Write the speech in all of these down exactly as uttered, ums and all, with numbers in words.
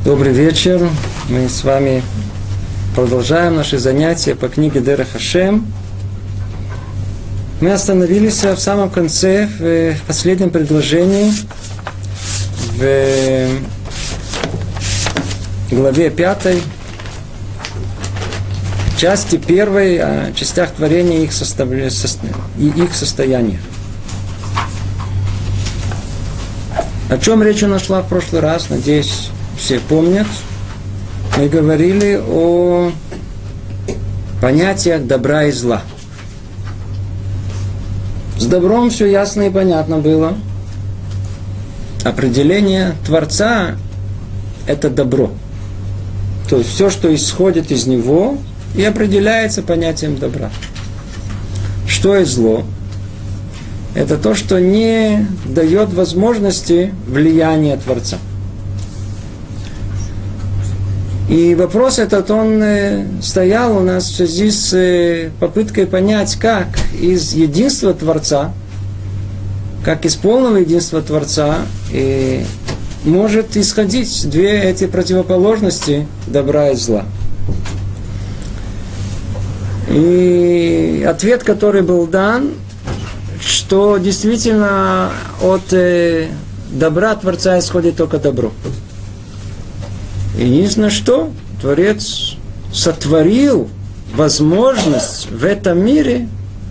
Добрый вечер. Мы с вами продолжаем наши занятия по книге Дерех Хашем. Мы остановились в самом конце, в последнем предложении, в главе пятой, части первой, о частях творения и их, состав... и их состояния. О чем речь у нас шла в прошлый раз, надеюсь, все помнят. Мы говорили о понятиях добра и зла. С добром все ясно и понятно было. Определение Творца – это добро. То есть все, что исходит из него, и определяется понятием добра. Что есть зло? Это то, что не дает возможности влияния Творца. И вопрос этот, он стоял у нас в связи с попыткой понять, как из единства Творца, как из полного единства Творца и может исходить две эти противоположности добра и зла. И ответ, который был дан, что действительно от добра Творца исходит только добро. Единственное, что Творец сотворил возможность в этом мире,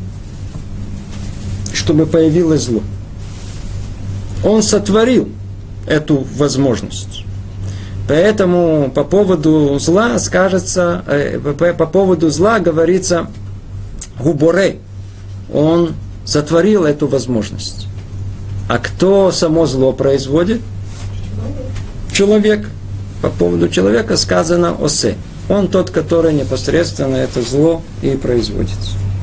чтобы появилось зло. Он сотворил эту возможность. Поэтому по поводу зла скажется, э, по, по поводу зла говорится губоре. Он сотворил эту возможность. А кто само зло производит? Человек. По поводу человека сказано осе. Он тот, который непосредственно это зло и производит.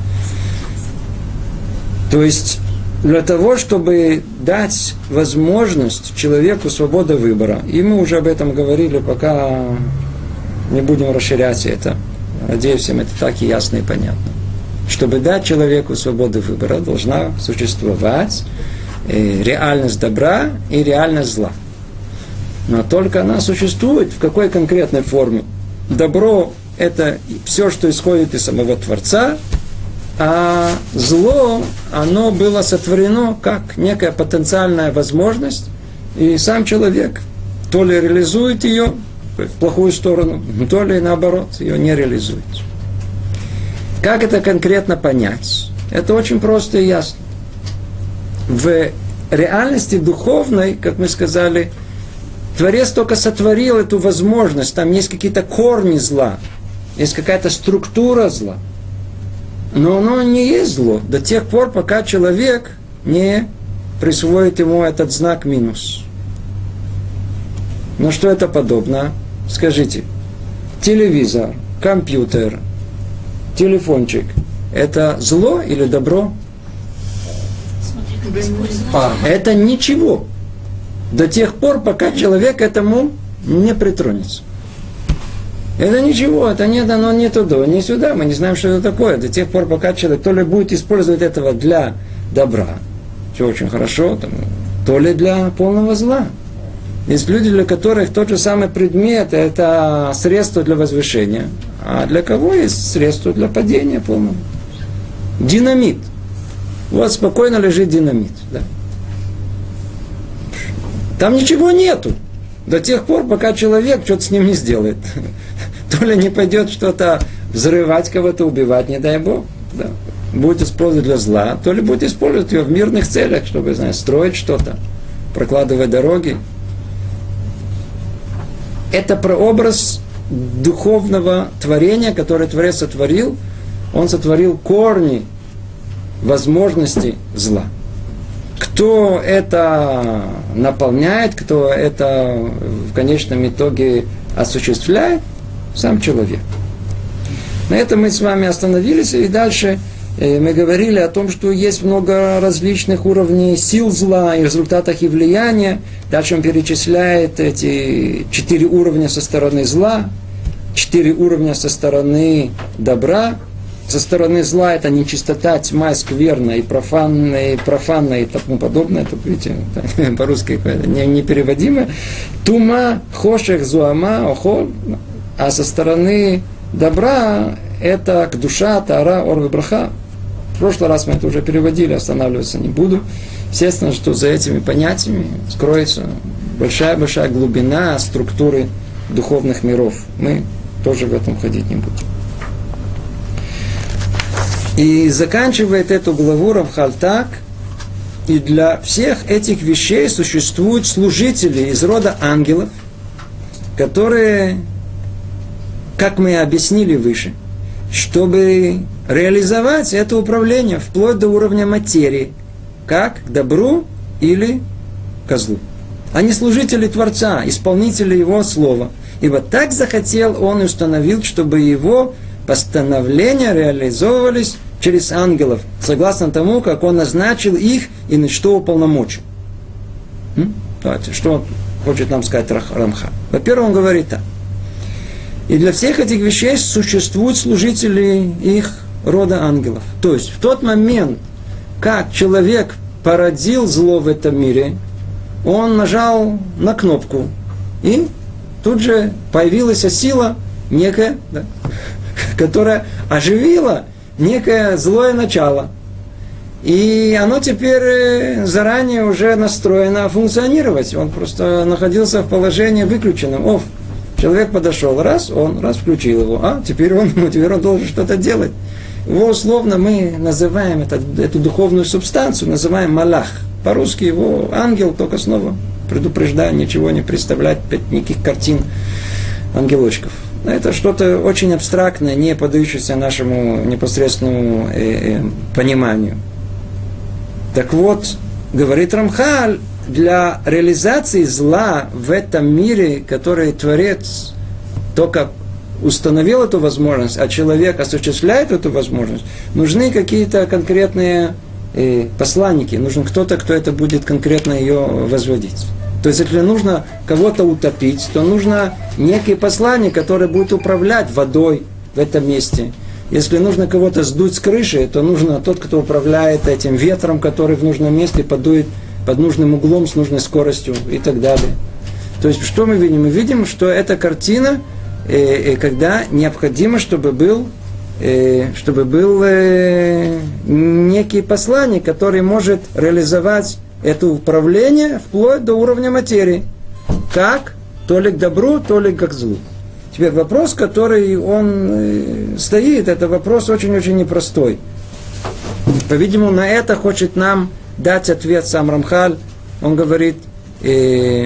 То есть, для того, чтобы дать возможность человеку свободы выбора, и мы уже об этом говорили, пока не будем расширять это, надеюсь, всем это так и ясно и понятно. Чтобы дать человеку свободу выбора, должна существовать реальность добра и реальность зла. Но только она существует в какой конкретной форме. Добро – это все, что исходит из самого Творца, а зло, оно было сотворено как некая потенциальная возможность, и сам человек то ли реализует ее в плохую сторону, то ли наоборот ее не реализует. Как это конкретно понять? Это очень просто и ясно. В реальности духовной, как мы сказали, Творец только сотворил эту возможность. Там есть какие-то корни зла, есть какая-то структура зла. Но оно не есть зло до тех пор, пока человек не присвоит ему этот знак минус. На что это подобно? Скажите, телевизор, компьютер, телефончик – это зло или добро? А, это ничего. До тех пор, пока человек к этому не притронется. Это ничего, это не дано ни туда, ни сюда. Мы не знаем, что это такое. До тех пор, пока человек то ли будет использовать этого для добра, что очень хорошо, то ли для полного зла. Есть люди, для которых тот же самый предмет – это средство для возвышения. А для кого есть средство для падения полного? Динамит. Вот спокойно лежит динамит. Да. Там ничего нету. До тех пор, пока человек что-то с ним не сделает. То ли не пойдет что-то взрывать кого-то, убивать, не дай Бог. Да. Будет использовать для зла, то ли будет использовать ее в мирных целях, чтобы, знаешь, строить что-то, прокладывать дороги. Это прообраз духовного творения, которое Творец сотворил. Он сотворил корни возможностей зла. Кто это наполняет, кто это в конечном итоге осуществляет? Сам человек. На этом мы с вами остановились, и дальше мы говорили о том, что есть много различных уровней сил зла и результатах и влияния. Дальше он перечисляет эти четыре уровня со стороны зла, четыре уровня со стороны добра, со стороны зла это нечистота, тьма, скверна и профанная, и профанная и тому подобное. Тут, видите, по-русски непереводимо. Тума, хошех, зуама, охол. А со стороны добра это к душа, таара, ор, браха. В прошлый раз мы это уже переводили, останавливаться не буду. Естественно, что за этими понятиями скроется большая-большая глубина структуры духовных миров. Мы тоже в этом ходить не будем. И заканчивает эту главу Рамхаль так: и для всех этих вещей существуют служители из рода ангелов, которые, как мы объяснили выше, чтобы реализовать это управление вплоть до уровня материи, как к добру или ко злу. Они служители Творца, исполнители Его Слова. Ибо так захотел Он и установил, чтобы Его постановления реализовывались через ангелов, согласно тому, как Он назначил их и на что уполномочил. М? Давайте, что он хочет нам сказать Рамхаль? Во-первых, он говорит так. И для всех этих вещей существуют служители их рода ангелов. То есть, в тот момент, как человек породил зло в этом мире, он нажал на кнопку, и тут же появилась сила некая, да, которая оживила некое злое начало. И оно теперь заранее уже настроено функционировать. Он просто находился в положении выключенном. Оф. Человек подошел, раз, он, раз, включил его. А, теперь он, теперь он должен что-то делать. Его условно мы называем это, эту духовную субстанцию, называем малах. По-русски его ангел, только снова предупреждаю, ничего не представлять, никаких картин ангелочков. Это что-то очень абстрактное, не поддающееся нашему непосредственному э, э, пониманию. Так вот, говорит Рамхаль, для реализации зла в этом мире, который Творец только установил эту возможность, а человек осуществляет эту возможность, нужны какие-то конкретные э, посланники, нужен кто-то, кто это будет конкретно ее возводить. То есть, если нужно кого-то утопить, то нужно некий посланник, который будет управлять водой в этом месте. Если нужно кого-то сдуть с крыши, то нужно тот, кто управляет этим ветром, который в нужном месте подует под нужным углом, с нужной скоростью и так далее. То есть, что мы видим? Мы видим, что эта картина, э, э, когда необходимо, чтобы был, э, чтобы был э, некий посланник, который может реализовать это управление вплоть до уровня материи. Как? То ли к добру, то ли к злу. Теперь вопрос, который он э, стоит, это вопрос очень-очень непростой. По-видимому, на это хочет нам дать ответ сам Рамхаль. Он говорит, э,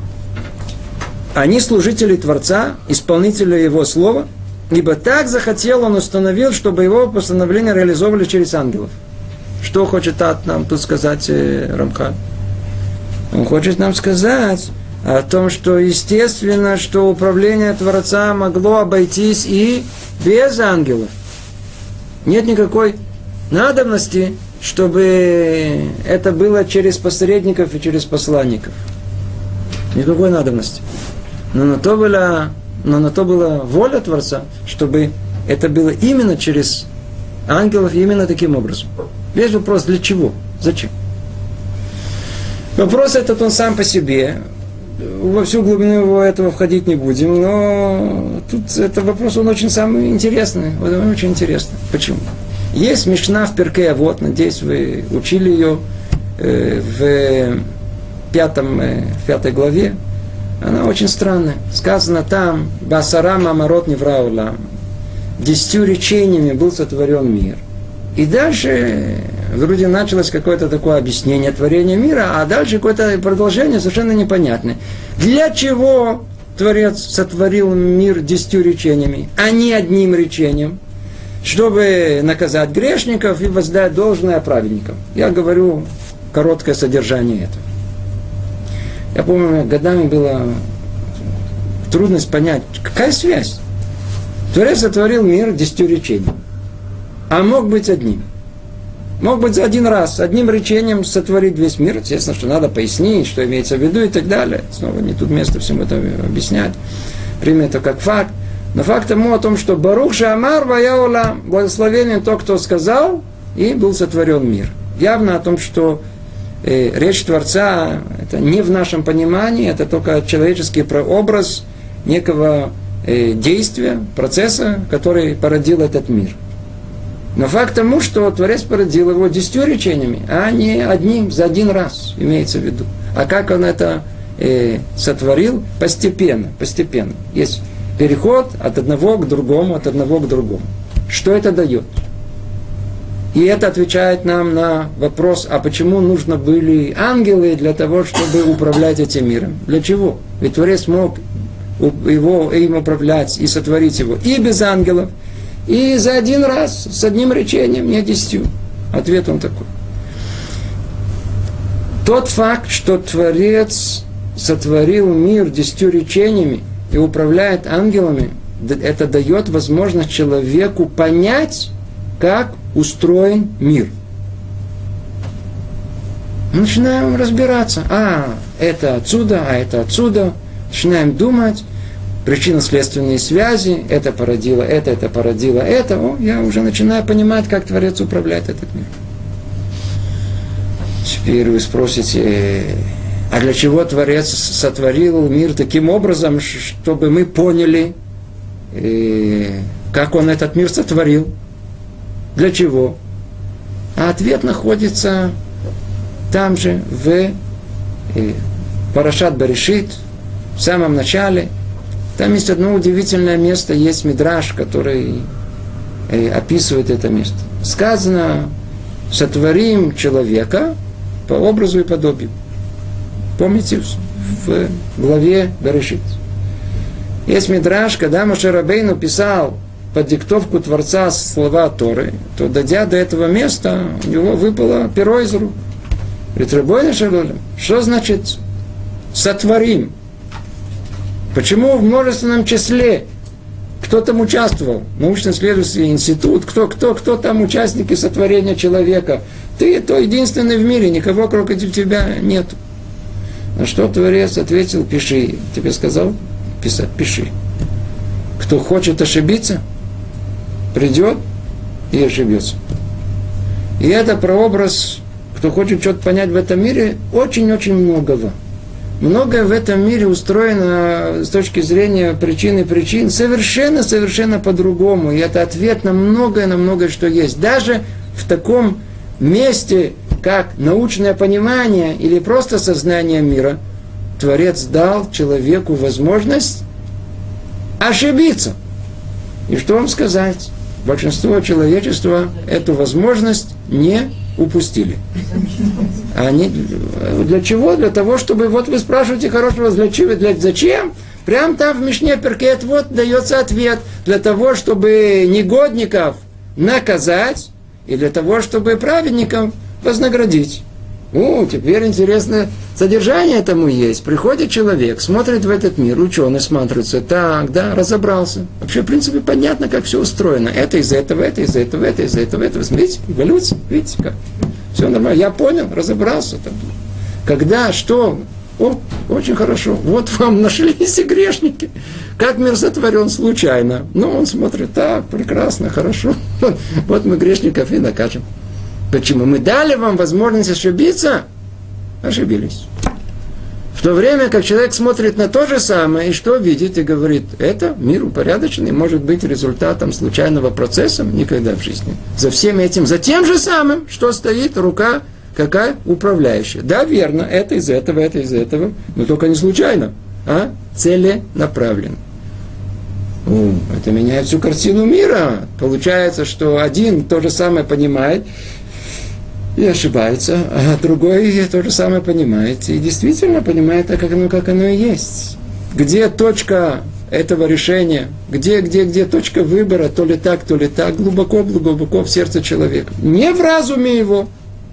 они служители Творца, исполнители Его Слова, ибо так захотел Он, установил, чтобы Его постановления реализовывали через ангелов. Что хочет от нам тут сказать э, Рамхаль? Он хочет нам сказать о том, что естественно, что управление Творца могло обойтись и без ангелов. Нет никакой надобности, чтобы это было через посредников и через посланников. Никакой надобности. Но на то была, но на то была воля Творца, чтобы это было именно через ангелов, именно таким образом. Весь вопрос, для чего? Зачем? Вопрос этот он сам по себе. Во всю глубину его этого входить не будем, но тут этот вопрос, он очень самый интересный. Он очень интересный. Почему? Есть Мишна в Перкей Авот, надеюсь, вы учили ее э, в, пятом, э, в пятой главе. Она очень странная. Сказано там, «Басарам амарот невра улам». Десятью речениями был сотворен мир. И дальше вроде началось какое-то такое объяснение творения мира, а дальше какое-то продолжение совершенно непонятное. Для чего Творец сотворил мир десятью речениями, а не одним речением? Чтобы наказать грешников и воздать должное праведникам. Я говорю короткое содержание этого. Я помню, годами была трудность понять, какая связь. Творец сотворил мир десятью речениями. А мог быть одним. Мог быть один раз, одним речением сотворить весь мир. Естественно, что надо пояснить, что имеется в виду и так далее. Снова не тут место всем это объяснять. Примем это как факт. Но факт тому о том, что Барух Шаамар Вая Олам, благословенен тот, кто сказал, и был сотворен мир. Явно о том, что э, речь Творца, это не в нашем понимании, это только человеческий прообраз некого э, действия, процесса, который породил этот мир. Но факт тому, что Творец породил его десятью речениями, а не одним, за один раз, имеется в виду. А как он это э, сотворил? Постепенно, постепенно. Есть переход от одного к другому, от одного к другому. Что это дает? И это отвечает нам на вопрос, а почему нужны были ангелы для того, чтобы управлять этим миром? Для чего? Ведь Творец мог его, им управлять и сотворить его и без ангелов, и за один раз, с одним речением, не десятью. Ответ он такой. Тот факт, что Творец сотворил мир десятью речениями и управляет ангелами, это дает возможность человеку понять, как устроен мир. Мы начинаем разбираться. А, это отсюда, а это отсюда. Начинаем думать. Причинно-следственные связи. Это породило это, это породило это. О, я уже начинаю понимать, как Творец управляет этот мир. Теперь вы спросите, а для чего Творец сотворил мир таким образом, чтобы мы поняли, как он этот мир сотворил? Для чего? А ответ находится там же, в Парашат Берешит, в самом начале. Там есть одно удивительное место, есть мидраш, который описывает это место. Сказано, сотворим человека по образу и подобию. Помните, в главе Берешит. Есть мидраш, когда Моше Рабейну писал под диктовку Творца слова Торы, то, дойдя до этого места, у него выпало перо из рук. Говорит, Рабейну Шалолем, что значит сотворим? Почему в множественном числе? Кто там участвовал? Научно-исследовательский институт, кто, кто, кто там участники сотворения человека? Ты то единственный в мире, никого кроме тебя нет. На что Творец ответил, пиши. Тебе сказал писать, пиши. Кто хочет ошибиться, придет и ошибется. И это прообраз, кто хочет что-то понять в этом мире, очень-очень многого. Многое в этом мире устроено с точки зрения причин и причин совершенно-совершенно по-другому. И это ответ на многое, на многое, что есть. Даже в таком месте, как научное понимание или просто сознание мира, Творец дал человеку возможность ошибиться. И что вам сказать? Большинство человечества эту возможность не упустили. Они, для чего? Для того, чтобы, вот вы спрашиваете хорошего, для чего, для, зачем? Прямо там в Мишне Перкет вот дается ответ. Для того, чтобы негодников наказать, и для того, чтобы праведников вознаградить. О, теперь интересное содержание этому есть. Приходит человек, смотрит в этот мир, ученый смотрится, так, да, разобрался. Вообще, в принципе, понятно, как все устроено. Это из этого, это из этого, это из этого, это. Смотрите, эволюция, видите как. Все нормально. Я понял, разобрался. Там. Когда, что? О, очень хорошо. Вот вам нашлись и грешники. Как мир сотворен случайно. Ну, он смотрит, так, прекрасно, хорошо. Вот мы грешников и накажем. Почему? Мы дали вам возможность ошибиться? Ошибились. В то время, как человек смотрит на то же самое, и что видит, и говорит, это мир упорядоченный, может быть результатом случайного процесса, никогда в жизни. За всем этим, за тем же самым, что стоит рука, какая? Управляющая. Да, верно, это из этого, это из этого, но только не случайно, а целенаправленно. О, это меняет всю картину мира. Получается, что один то же самое понимает, и ошибается, а другой то же самое понимает. И действительно понимает так, как оно, как оно и есть. Где точка этого решения, где, где, где точка выбора, то ли так, то ли так, глубоко, глубоко в сердце человека. Не в разуме его.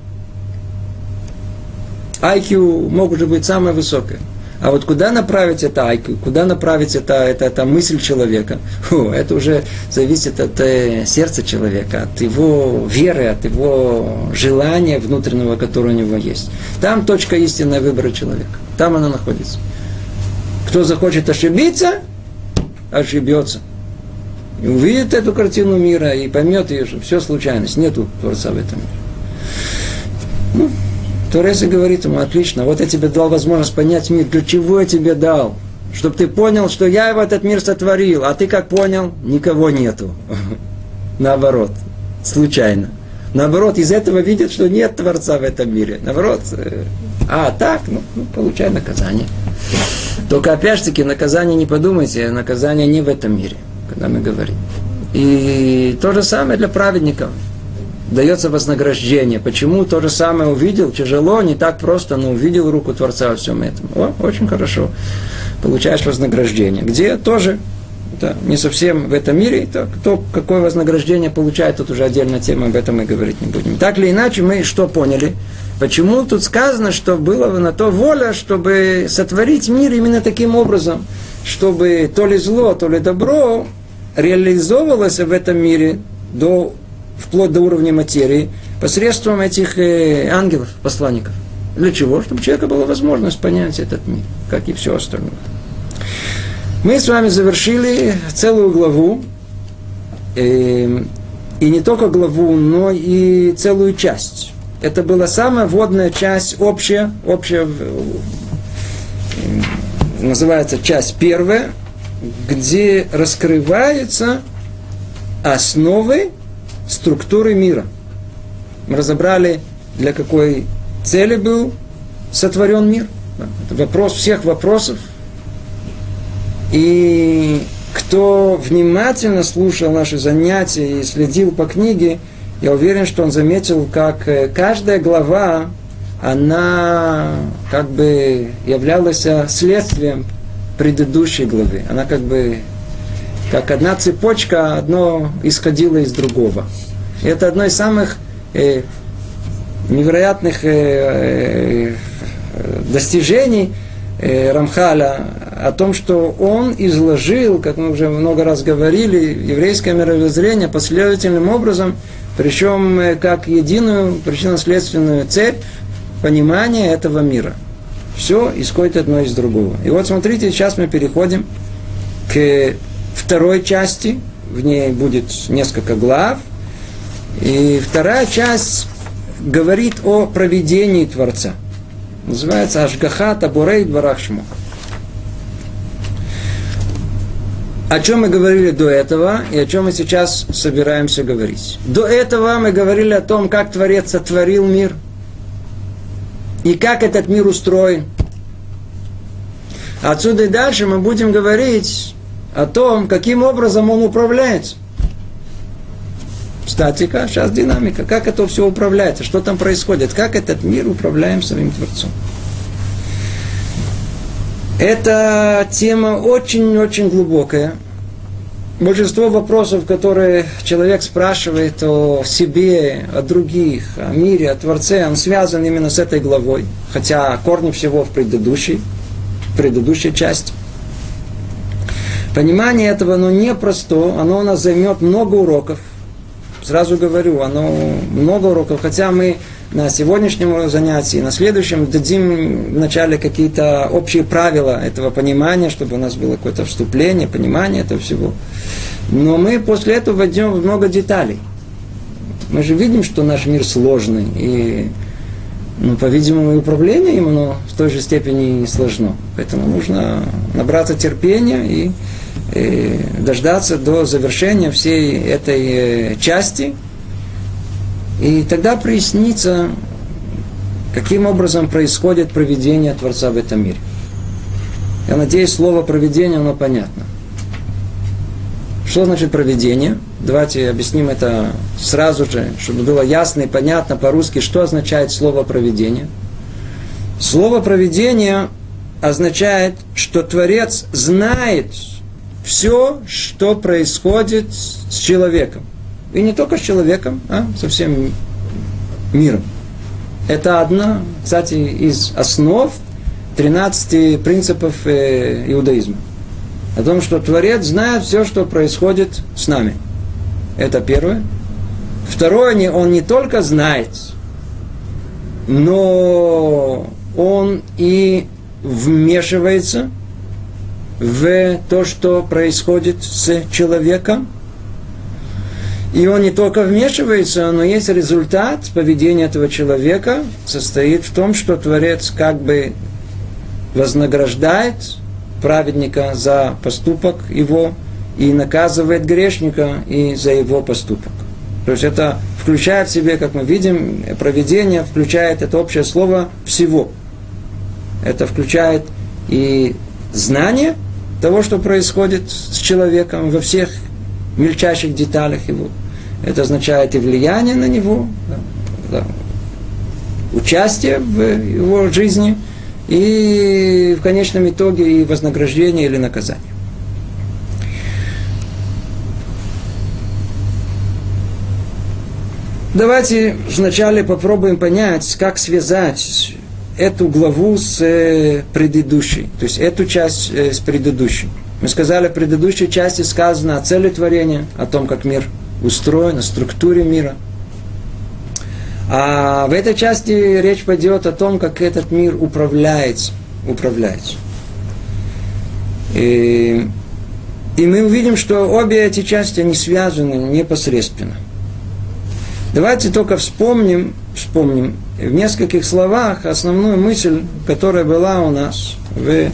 ай кью может быть самое высокое. А вот куда направить это ай кью, куда направить это, это, это мысль человека, фу, это уже зависит от э, сердца человека, от его веры, от его желания внутреннего, которое у него есть. Там точка истинного выбора человека. Там она находится. Кто захочет ошибиться, ошибется. И увидит эту картину мира и поймет ее, что все случайность, нету Творца в этом мире. Ну, Торес и говорит ему: отлично, вот я тебе дал возможность понять мир. Для чего я тебе дал? Чтобы ты понял, что я его этот мир сотворил. А ты как понял? Никого нету. Наоборот, случайно. Наоборот, из этого видят, что нет Творца в этом мире. Наоборот, а так, ну, ну получай наказание. Только опять же таки, наказание не подумайте, наказание не в этом мире, когда мы говорим. И то же самое для праведников. Дается вознаграждение. Почему? То же самое увидел, тяжело, не так просто, но увидел руку Творца во всем этом. О, очень хорошо. Получаешь вознаграждение. Где? Тоже. Это не совсем в этом мире. То, кто какое вознаграждение получает, тут уже отдельная тема, об этом мы говорить не будем. Так или иначе, мы что поняли? Почему тут сказано, что было на то воля, чтобы сотворить мир именно таким образом, чтобы то ли зло, то ли добро реализовывалось в этом мире до вплоть до уровня материи, посредством этих э, ангелов, посланников. Для чего? Чтобы у человека была возможность понять этот мир, как и все остальное. Мы с вами завершили целую главу, э, и не только главу, но и целую часть. Это была самая вводная часть, общая, общая э, называется часть первая, где раскрываются основы структуры мира. Мы разобрали, для какой цели был сотворен мир. Это вопрос всех вопросов. И кто внимательно слушал наши занятия и следил по книге, я уверен, что он заметил, как каждая глава, она как бы являлась следствием предыдущей главы. Она как бы как одна цепочка, одно исходило из другого. И это одно из самых э, невероятных э, э, достижений э, Рамхаля о том, что он изложил, как мы уже много раз говорили, еврейское мировоззрение последовательным образом, причем э, как единую причинно-следственную цепь понимания этого мира. Все исходит одно из другого. И вот смотрите, сейчас мы переходим к второй части, в ней будет несколько глав, и вторая часть говорит о провидении Творца. Называется Ашгаха Табурей Дбарах Шмо. О чем мы говорили до этого, и о чем мы сейчас собираемся говорить. До этого мы говорили о том, как Творец сотворил мир, и как этот мир устроен. Отсюда и дальше мы будем говорить о том, каким образом он управляется. Статика, сейчас динамика. Как это все управляется, что там происходит, как этот мир управляем самим Творцом. Эта тема очень-очень глубокая. Большинство вопросов, которые человек спрашивает о себе, о других, о мире, о Творце, он связан именно с этой главой. Хотя корни всего в предыдущей, в предыдущей части. Понимание этого, оно непросто, оно у нас займет много уроков. Сразу говорю, оно много уроков, хотя мы на сегодняшнем занятии, на следующем дадим вначале какие-то общие правила этого понимания, чтобы у нас было какое-то вступление, понимание этого всего. Но мы после этого войдем в много деталей. Мы же видим, что наш мир сложный, и, ну, по-видимому, и управление им оно в той же степени сложно. Поэтому нужно набраться терпения и И дождаться до завершения всей этой части, и тогда прояснится, каким образом происходит провидение Творца в этом мире. Я надеюсь, слово провидение, оно понятно. Что значит провидение? Давайте объясним это сразу же, чтобы было ясно и понятно по-русски, что означает слово провидение. Слово провидение означает, что Творец знает все, что происходит с человеком. И не только с человеком, а со всем миром. Это одна, кстати, из основ тринадцати принципов э, иудаизма. О том, что Творец знает все, что происходит с нами. Это первое. Второе, он не только знает, но он и вмешивается в то, что происходит с человеком, И он не только вмешивается, но есть результат поведения этого человека, состоит в том, что Творец как бы вознаграждает праведника за поступок его и наказывает грешника и за его поступок. То есть это включает в себе, как мы видим, провидение включает это общее слово всего. Это включает и знание того, что происходит с человеком во всех мельчайших деталях его. Это означает и влияние на него, да, да, участие в его жизни и в конечном итоге и вознаграждение или наказание. Давайте вначале попробуем понять, как связать эту главу с предыдущей, то есть эту часть с предыдущей. Мы сказали, в предыдущей части сказано о цели творения, о том, как мир устроен, о структуре мира. А в этой части речь пойдет о том, как этот мир управляется. управляется. И, и мы увидим, что обе эти части, они связаны непосредственно. Давайте только вспомним, вспомним в нескольких словах основную мысль, которая была у нас в...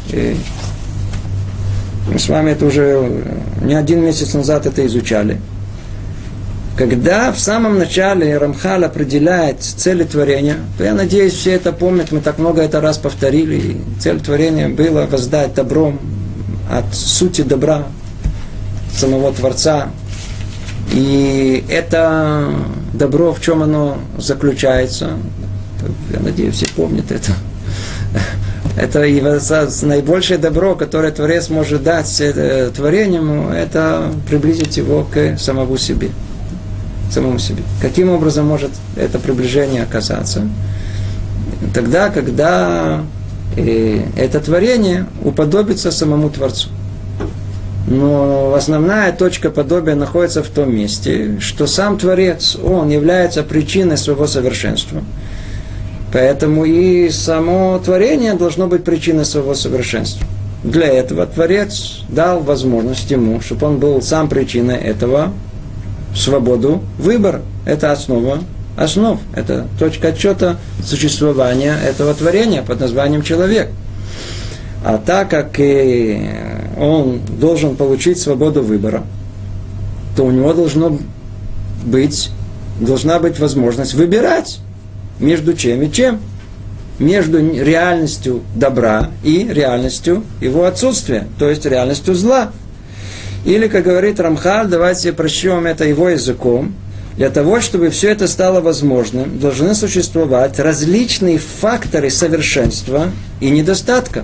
Мы с вами это уже не один месяц назад это изучали. Когда в самом начале Рамхаль определяет цели творения, то я надеюсь, все это помнят, мы так много это раз повторили. И цель творения была воздать добром от сути добра самого Творца. И это добро, в чем оно заключается, я надеюсь, все помнят это. Это и наибольшее добро, которое Творец может дать творению, это приблизить его к самому себе. Самому себе. Каким образом может это приближение оказаться? Тогда, когда э, это творение уподобится самому Творцу. Но основная точка подобия находится в том месте, что сам Творец, он является причиной своего совершенства. Поэтому и само творение должно быть причиной своего совершенства. Для этого Творец дал возможность ему, чтобы он был сам причиной этого, свободу выбора. Это основа основ. Это точка отсчета существования этого творения под названием человек. А так как он должен получить свободу выбора, то у него должно быть, должна быть возможность выбирать между чем и чем. Между реальностью добра и реальностью его отсутствия, то есть реальностью зла. Или, как говорит Рамхаль, давайте прочтем это его языком, для того, чтобы все это стало возможным, должны существовать различные факторы совершенства и недостатка.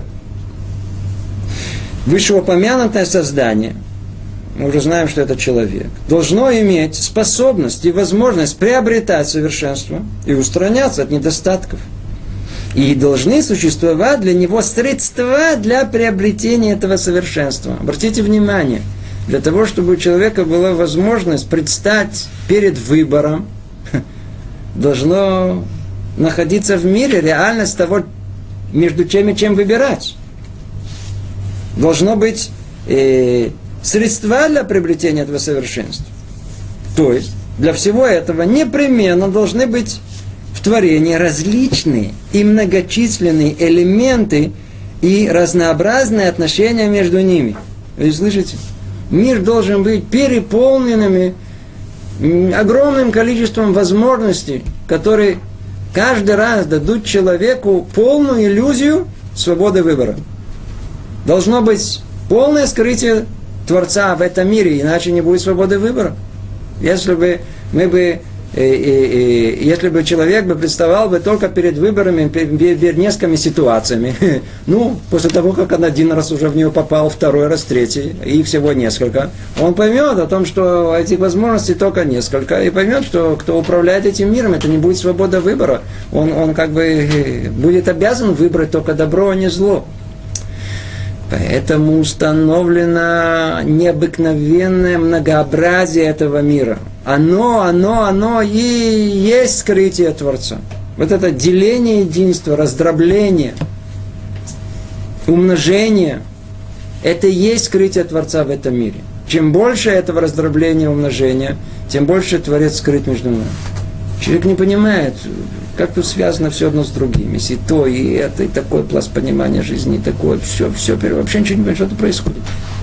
Вышеупомянутое создание, мы уже знаем, что это человек, должно иметь способность и возможность приобретать совершенство и устраняться от недостатков. И должны существовать для него средства для приобретения этого совершенства. Обратите внимание, для того, чтобы у человека была возможность предстать перед выбором, должно находиться в мире реальность того, между чем и чем выбирать. Должно быть э, средства для приобретения этого совершенства. То есть, для всего этого непременно должны быть в творении различные и многочисленные элементы и разнообразные отношения между ними. Вы слышите? Мир должен быть переполненными огромным количеством возможностей, которые каждый раз дадут человеку полную иллюзию свободы выбора. Должно быть полное скрытие Творца в этом мире, иначе не будет свободы выбора. Если бы мы бы И, и, и, если бы человек бы представал бы только перед выборами, перед, перед несколькими ситуациями, ну, после того, как он один раз уже в нее попал, второй раз, третий, и всего несколько, он поймет о том, что этих возможностей только несколько, и поймет, что кто управляет этим миром, это не будет свобода выбора. Он, он как бы будет обязан выбрать только добро, а не зло. Поэтому установлено необыкновенное многообразие этого мира. Оно, оно, оно и есть скрытие Творца. Вот это деление единства, раздробление, умножение, это и есть скрытие Творца в этом мире. чем больше этого раздробления, умножения, тем больше Творец скрыт между нами. Человек не понимает, как тут связано все одно с другим. Если то, и это, и такой пласт понимания жизни, и такое, все, все, вообще ничего не понимает, что-то происходит.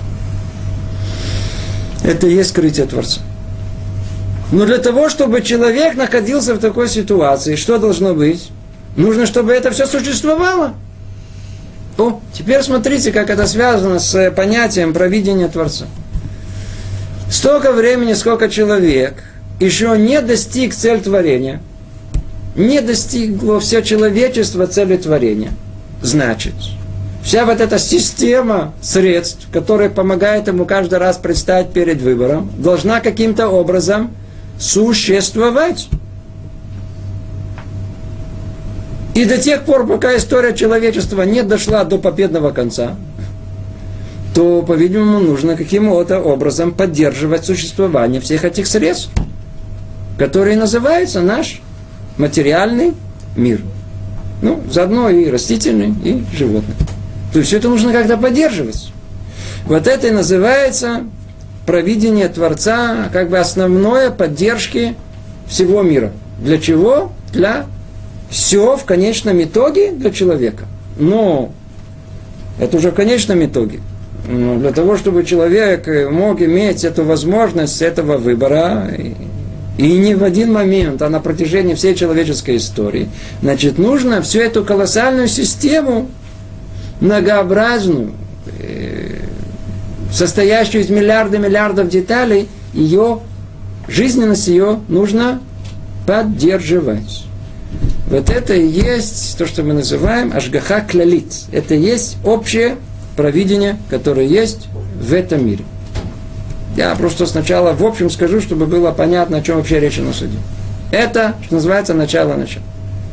Это и есть скрытие Творца. Но для того, чтобы человек находился в такой ситуации, что должно быть? Нужно, чтобы это все существовало. О, теперь смотрите, как это связано с понятием провидения Творца. Столько времени, сколько человек еще не достиг цель творения, не достигло все человечество цели творения. Значит, вся вот эта система средств, которая помогает ему каждый раз предстать перед выбором, должна каким-то образом существовать. И до тех пор, пока история человечества не дошла до победного конца, то, по-видимому, нужно каким-то образом поддерживать существование всех этих средств, которые называются наш материальный мир. Ну, заодно и растительный, и животный. То есть все это нужно как-то поддерживать. Вот это и называется провидение Творца, как бы основное поддержки всего мира. Для чего? Для все в конечном итоге для человека. Но это уже в конечном итоге. Но для того, чтобы человек мог иметь эту возможность этого выбора, и, и не в один момент, а на протяжении всей человеческой истории, значит, нужно всю эту колоссальную систему, многообразную, состоящую из миллиарда-миллиардов деталей, ее, жизненность ее нужно поддерживать. Вот это и есть то, что мы называем ашгаха клалит. Это и есть общее провидение, которое есть в этом мире. Я просто сначала в общем скажу, чтобы было понятно, о чем вообще речь у нас идет. Это, что называется, начало-начало.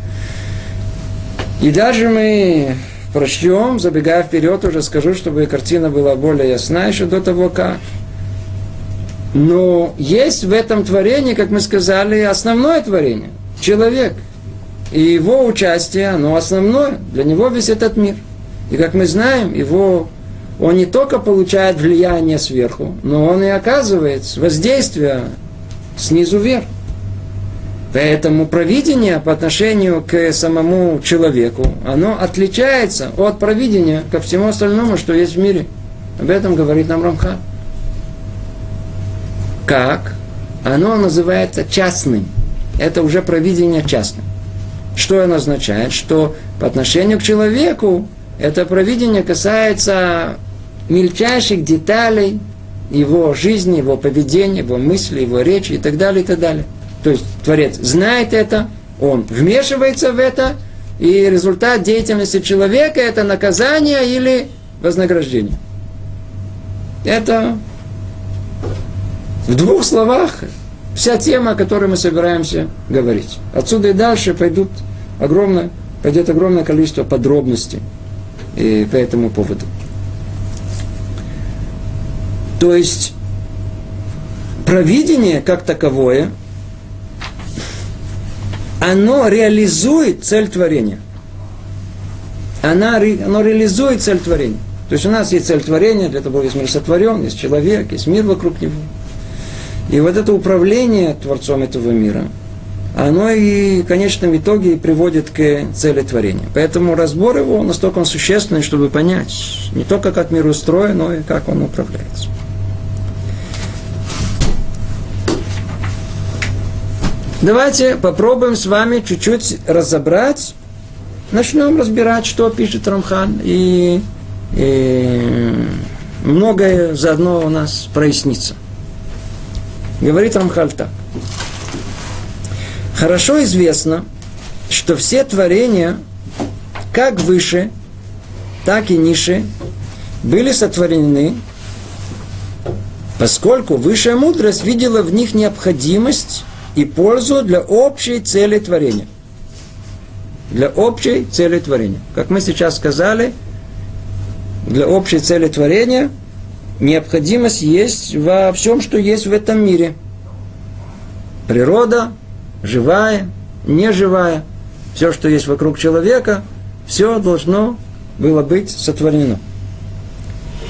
И даже мы прочтем, забегая вперед, уже скажу, чтобы картина была более ясна еще до того, как. Но есть в этом творении, как мы сказали, основное творение. Человек. И его участие, оно основное. Для него весь этот мир. И как мы знаем, его, он не только получает влияние сверху, но он и оказывает воздействие снизу вверх. Поэтому провидение по отношению к самому человеку, оно отличается от провидения ко всему остальному, что есть в мире. Об этом говорит нам Рамхаль. Как? Оно называется частным. Это уже провидение частное. Что оно означает? Что по отношению к человеку это провидение касается мельчайших деталей его жизни, его поведения, его мысли, его речи и так далее, и так далее. То есть Творец знает это, он вмешивается в это, и результат деятельности человека – это наказание или вознаграждение. Это в двух словах вся тема, о которой мы собираемся говорить. Отсюда и дальше пойдут огромное, пойдет огромное количество подробностей и по этому поводу. То есть провидение как таковое, оно реализует цель творения. Оно, оно реализует цель творения. То есть у нас есть цель творения, для того есть мир сотворен, есть человек, есть мир вокруг него. И вот это управление Творцом этого мира, оно и в конечном итоге приводит к цели творения. Поэтому разбор его настолько он существенный, чтобы понять не только как мир устроен, но и как он управляется. Давайте попробуем с вами чуть-чуть разобрать, начнем разбирать, что пишет Рамхаль, и, и многое заодно у нас прояснится. Говорит Рамхаль так. Хорошо известно, что все творения, как выше, так и ниже, были сотворены, поскольку высшая мудрость видела в них необходимость и пользу для общей цели творения. Для общей цели творения. Как мы сейчас сказали, для общей цели творения необходимость есть во всем, что есть в этом мире. Природа, живая, неживая, все, что есть вокруг человека, все должно было быть сотворено.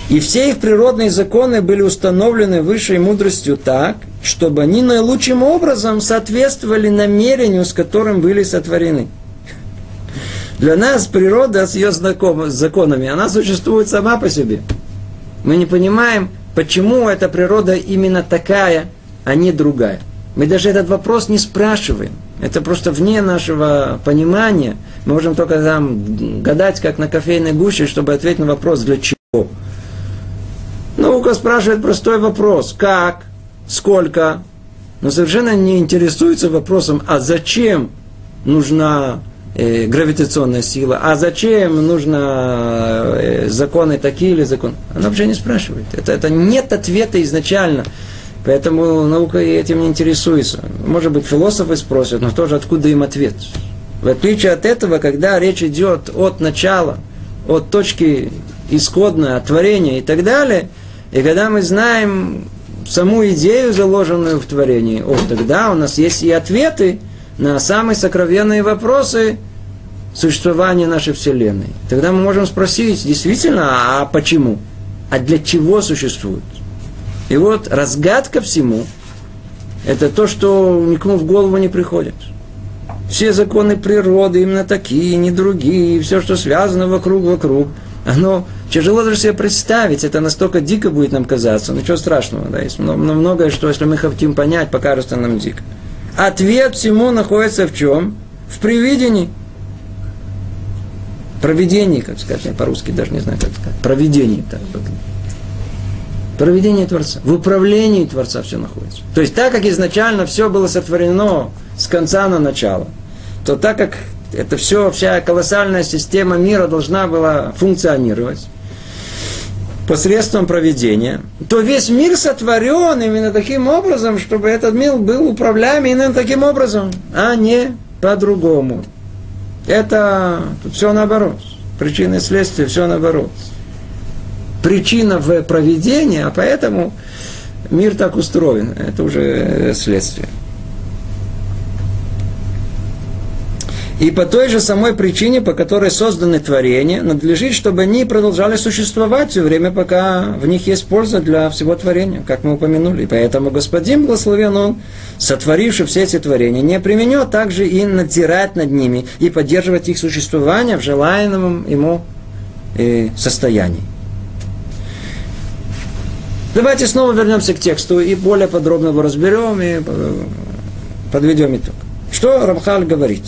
И все их природные законы были установлены высшей мудростью так, чтобы они наилучшим образом соответствовали намерению, с которым были сотворены. Для нас природа с ее законами, она существует сама по себе. Мы не понимаем, почему эта природа именно такая, а не другая. Мы даже этот вопрос не спрашиваем. Это просто вне нашего понимания. Мы можем только там гадать, как на кофейной гуще, чтобы ответить на вопрос, для чего. Наука спрашивает простой вопрос. Как? Сколько? Но совершенно не интересуется вопросом, а зачем нужна э, гравитационная сила? А зачем нужны э, законы такие или законы? Она вообще не спрашивает. Это, это нет ответа изначально. Поэтому наука этим не интересуется. Может быть, философы спросят, но тоже откуда им ответ? В отличие от этого, когда речь идет от начала, от точки исходной, от творения и так далее, и когда мы знаем саму идею, заложенную в творении, о, тогда у нас есть и ответы на самые сокровенные вопросы существования нашей Вселенной. Тогда мы можем спросить, действительно, а почему? А для чего существует? И вот разгадка всему – это то, что никому в голову не приходит. Все законы природы именно такие, не другие, и все, что связано вокруг-вокруг, оно тяжело даже себе представить, это настолько дико будет нам казаться, ничего страшного, да, есть много, многое, что если мы хотим понять, покажется нам дико. Ответ всему находится в чем? В привидении. Провидении, как сказать, я по-русски даже не знаю, как сказать, провидении, так, провидение Творца, в управлении Творца все находится. То есть, так как изначально все было сотворено с конца на начало, то так как это все, вся колоссальная система мира должна была функционировать посредством провидения, то весь мир сотворен именно таким образом, чтобы этот мир был управляем именно таким образом, а не по-другому. Это тут все наоборот. Причина и следствие все наоборот. Причина в провидении, а поэтому мир так устроен. Это уже следствие. И по той же самой причине, по которой созданы творения, надлежит, чтобы они продолжали существовать все время, пока в них есть польза для всего творения, как мы упомянули. И поэтому Господин благословен Он, сотворивший все эти творения, не применет также и надзирать над ними, и поддерживать их существование в желаемом ему состоянии. Давайте снова вернемся к тексту и более подробно его разберем и подведем итог. Что Рамхаль говорит?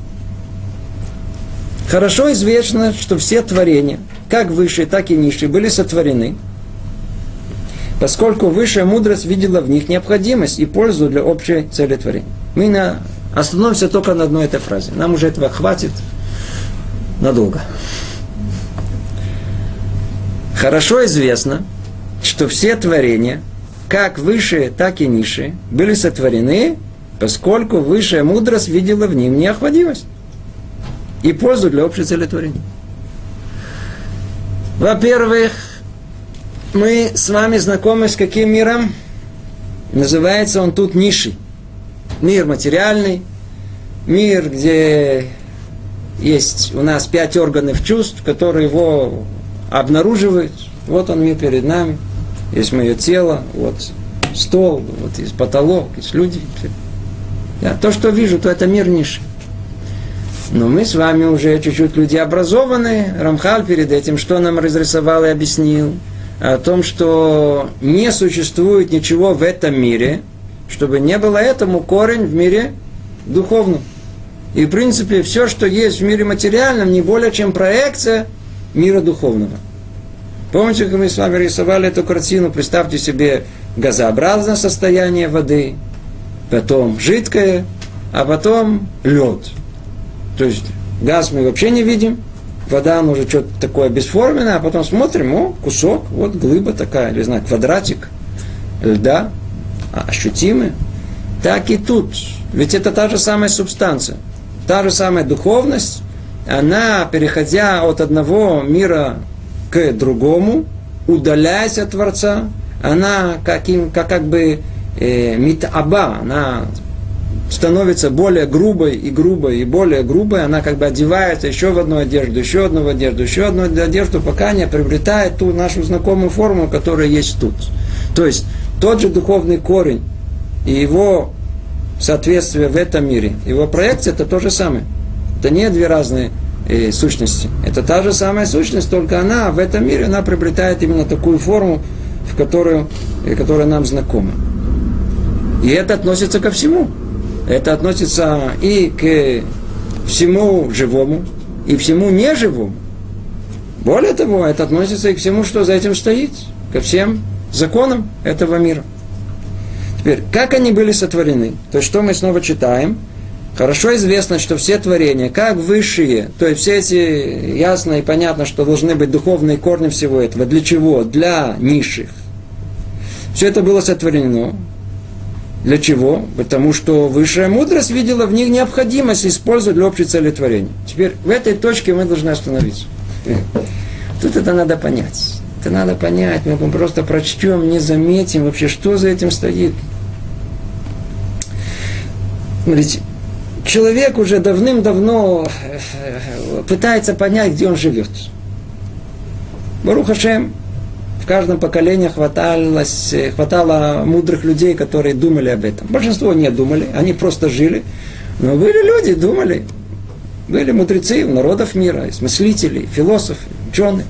Хорошо известно, что все творения, как высшие, так и низшие, были сотворены, поскольку высшая мудрость видела в них необходимость и пользу для общей цели творения. Мы на... остановимся только на одной этой фразе. Нам уже этого хватит надолго. Хорошо известно, что все творения, как высшие, так и низшие, были сотворены, поскольку высшая мудрость видела в них необходимость и пользу для общей цели творения. Во-первых, мы с вами знакомы с каким миром? Называется он тут низший. Мир материальный, мир, где есть у нас пять органов чувств, которые его обнаруживают. Вот он мир перед нами. Есть мое тело, вот стол, вот есть потолок, есть люди. Я то, что вижу, то это мир низший. Но мы с вами уже чуть-чуть люди образованные. Рамхаль перед этим что нам разрисовал и объяснил? О том, что не существует ничего в этом мире, чтобы не было этому корень в мире духовном. И в принципе все, что есть в мире материальном, не более чем проекция мира духовного. Помните, как мы с вами рисовали эту картину? Представьте себе газообразное состояние воды, потом жидкое, а потом лед. То есть газ мы вообще не видим, вода, она уже что-то такое бесформенное, а потом смотрим, о, кусок, вот глыба такая, или, знаю, квадратик льда, ощутимый. Так и тут. Ведь это та же самая субстанция, та же самая духовность, она, переходя от одного мира к другому, удаляясь от Творца, она каким, как, как бы э, митаба, она становится более грубой и грубой и более грубой, она как бы одевается еще в одну одежду, еще одну одежду, еще одну одежду, пока не приобретает ту нашу знакомую форму, которая есть тут. То есть тот же духовный корень и его соответствие в этом мире, его проекция, это то же самое. Это не две разные э, сущности. Это та же самая сущность, только она в этом мире, она приобретает именно такую форму, в которую, э, которая нам знакома. И это относится ко всему. Это относится и к всему живому, и всему неживому. Более того, это относится и к всему, что за этим стоит, ко всем законам этого мира. Теперь, как они были сотворены? То есть, что мы снова читаем? Хорошо известно, что все творения, как высшие, то есть все эти, ясно и понятно, что должны быть духовные корни всего этого. Для чего? Для низших. Все это было сотворено. Для чего? Потому что высшая мудрость видела в них необходимость использовать для общей цели творения. Теперь в этой точке мы должны остановиться. Тут это надо понять. Это надо понять. Мы просто прочтем, не заметим вообще, что за этим стоит. Смотрите, человек уже давным-давно пытается понять, где он живет. Барух Ашем. В каждом поколении хваталось, хватало мудрых людей, которые думали об этом. Большинство не думали, они просто жили. Но были люди, думали. Были мудрецы народов мира, мыслители, философы, ученые.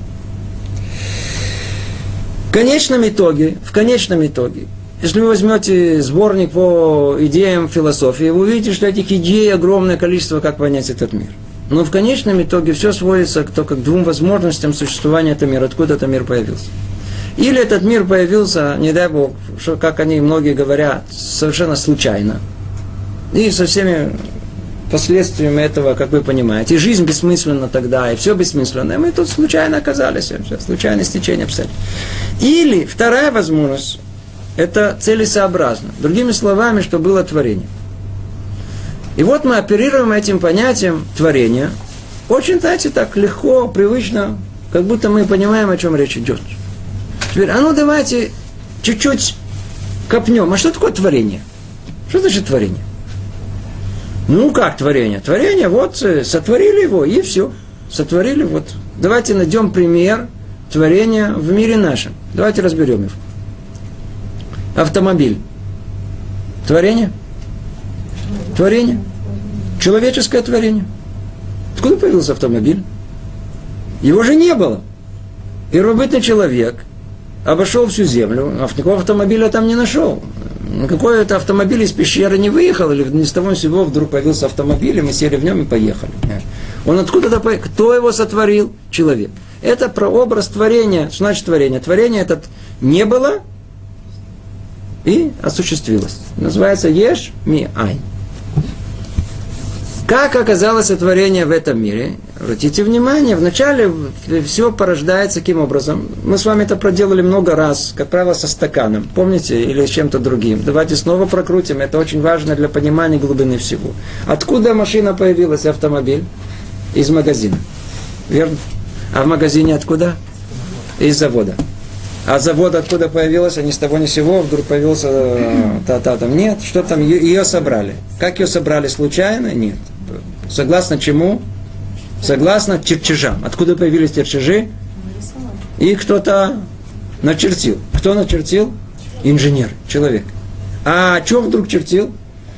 В конечном итоге, в конечном итоге, если вы возьмете сборник по идеям философии, вы увидите, что этих идей огромное количество, как понять этот мир. Но в конечном итоге все сводится только к двум возможностям существования этого мира, откуда этот мир появился. Или этот мир появился, не дай Бог, что, как они многие говорят, совершенно случайно. И со всеми последствиями этого, как вы понимаете. И жизнь бессмысленна тогда, и все бессмысленно. И мы тут случайно оказались, случайное стечение обстоятельств. Или вторая возможность, это целесообразно. Другими словами, что было творение. И вот мы оперируем этим понятием творения. Очень, знаете, так легко, привычно, как будто мы понимаем, о чем речь идет. Теперь, а ну давайте чуть-чуть копнем. А что такое творение? Что значит творение? Ну, как творение? Творение, вот, сотворили его, и все. Сотворили, вот. Давайте найдем пример творения в мире нашем. Давайте разберем его. Автомобиль. Творение? Творение. Человеческое творение. Откуда появился автомобиль? Его же не было. Первобытный человек обошел всю землю, а никакого автомобиля там не нашел. Никакой это автомобиль из пещеры не выехал, или ни с того ни с сего вдруг появился автомобиль, и мы сели в нем и поехали. Он откуда-то поехал. Кто его сотворил? Человек. Это прообраз творения. Что значит творение? Творение это не было и осуществилось. Называется еш ми ай. Как оказалось творение в этом мире? Обратите внимание, вначале все порождается каким образом? Мы с вами это проделали много раз, как правило, со стаканом, помните, или с чем-то другим. Давайте снова прокрутим, это очень важно для понимания глубины всего. Откуда машина появилась, автомобиль? Из магазина, верно? А в магазине откуда? Из завода. А завод откуда появился, ни с того ни с сего, вдруг появился та-та там. Нет, что там, ее собрали. Как ее собрали, случайно? Нет. Согласно чему? Согласно чертежам. Откуда появились чертежи? И кто-то начертил. Кто начертил? Инженер, человек. А что вдруг чертил?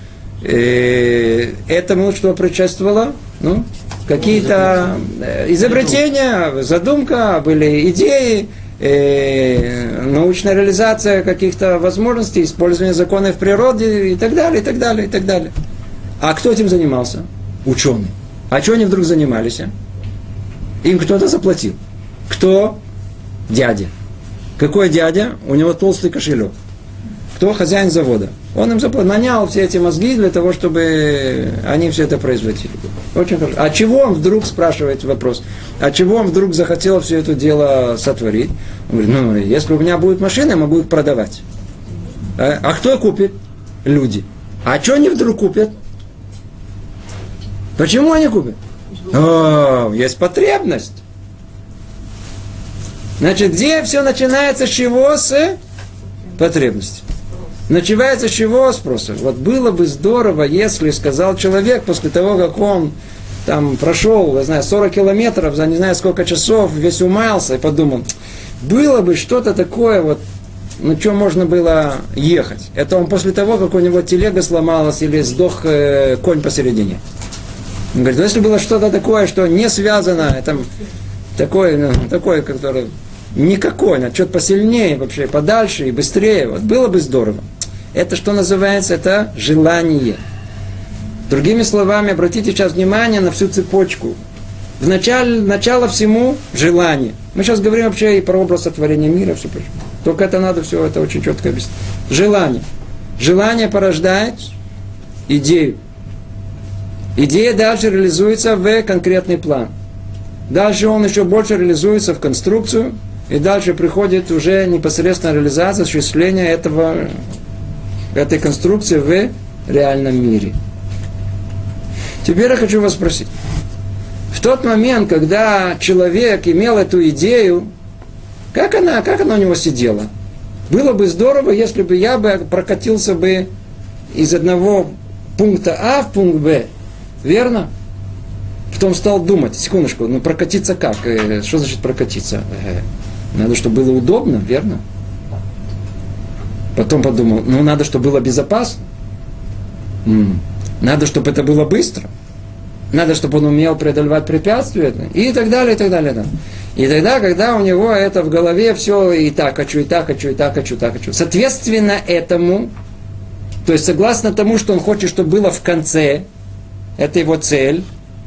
Этому что предшествовало? Ну, какие-то изобретения, задумка, были идеи, научная реализация каких-то возможностей, использование законов природы и так далее, и так далее, и так далее. А кто этим занимался? Ученые. А что они вдруг занимались? А? Им кто-то заплатил. Кто? Дядя. Какой дядя? У него толстый кошелек. Кто? Хозяин завода. Он им заплатил, нанял все эти мозги для того, чтобы они все это производили. Очень хорошо. А чего он вдруг, спрашивает вопрос, а чего он вдруг захотел все это дело сотворить? Он говорит, ну, если у меня будет машина, я могу их продавать. А, а кто купит? Люди. А что они вдруг купят? Почему они купят? О, есть потребность. Значит, где все начинается с чего? С потребности. Начинается с чего спроса? Вот было бы здорово, если сказал человек после того, как он там прошел, я знаю, сорок километров за не знаю сколько часов, весь умаялся и подумал, было бы что-то такое, вот, на чем можно было ехать. Это он после того, как у него телега сломалась или сдох э, конь посередине. Он говорит, если было что-то такое, что не связано, там, такое, ну, такое, которое никакое, а что-то посильнее вообще, подальше и быстрее, вот, было бы здорово. Это что называется? Это желание. Другими словами, обратите сейчас внимание на всю цепочку. В начале, начало всему желание. Мы сейчас говорим вообще и про образ сотворения мира, все прочее. Только это надо все это очень четко объяснить. Желание. Желание порождает идею. Идея дальше реализуется в конкретный план. Дальше он еще больше реализуется в конструкцию. И дальше приходит уже непосредственно реализация, осуществление этого, этой конструкции в реальном мире. Теперь я хочу вас спросить. В тот момент, когда человек имел эту идею, как она, как она у него сидела? Было бы здорово, если бы я бы прокатился бы из одного пункта А в пункт Б. Верно? Потом стал думать, секундочку, ну прокатиться как? Что значит прокатиться? Надо, чтобы было удобно, верно? Потом подумал, ну надо, чтобы было безопасно. М-м. Надо, чтобы это было быстро. Надо, чтобы он умел преодолевать препятствия. И так далее, и так далее. Да. И тогда, когда у него это в голове все и так хочу, и так хочу, и так хочу, и так хочу. Соответственно этому, то есть согласно тому, что он хочет, чтобы было в конце, это его цель,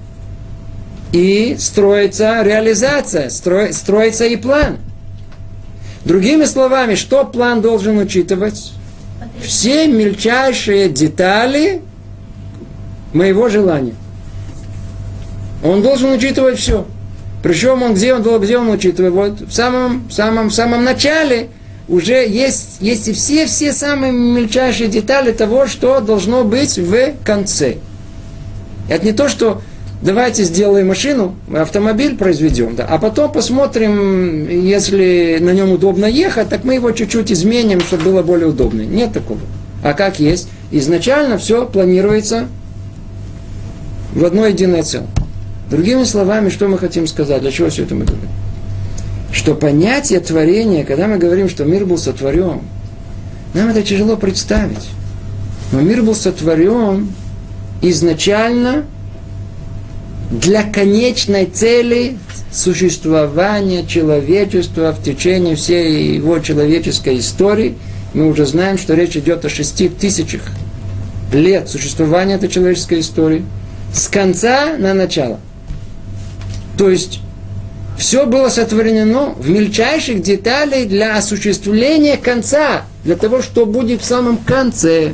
и строится реализация, стро, строится и план. Другими словами, что план должен учитывать? Все мельчайшие детали моего желания. Он должен учитывать все. Причем он где он, где он учитывает? Вот в самом, самом, самом начале уже есть, есть и все-все самые мельчайшие детали того, что должно быть в конце. Это не то, что давайте сделаем машину, автомобиль произведем, да, а потом посмотрим, если на нем удобно ехать, так мы его чуть-чуть изменим, чтобы было более удобно. Нет такого. А как есть? Изначально все планируется в одно единое целое. Другими словами, что мы хотим сказать? Для чего все это мы говорим? Что понятие творения, когда мы говорим, что мир был сотворен, нам это тяжело представить. Но мир был сотворен изначально для конечной цели существования человечества в течение всей его человеческой истории. Мы уже знаем, что речь идет о шести тысячах лет существования этой человеческой истории. С конца на начало. То есть, все было сотворено в мельчайших деталях для осуществления конца. Для того, что будет в самом конце.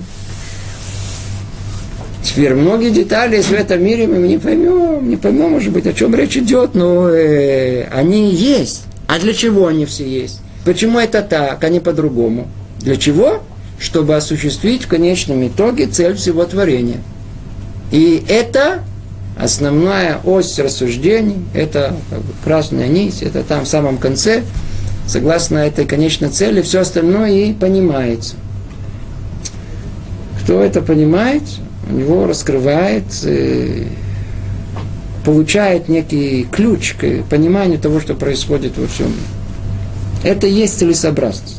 Теперь многие детали в этом мире мы не поймем, не поймем, может быть, о чем речь идет, но э, они есть. А для чего они все есть? Почему это так, а не по-другому? Для чего? Чтобы осуществить в конечном итоге цель всего творения. И это основная ось рассуждений, это как бы красная нить, это там в самом конце, согласно этой конечной цели, все остальное и понимается. Кто это понимает, у него раскрывает, получает некий ключ к пониманию того, что происходит во всем мире. Это и есть целесообразность.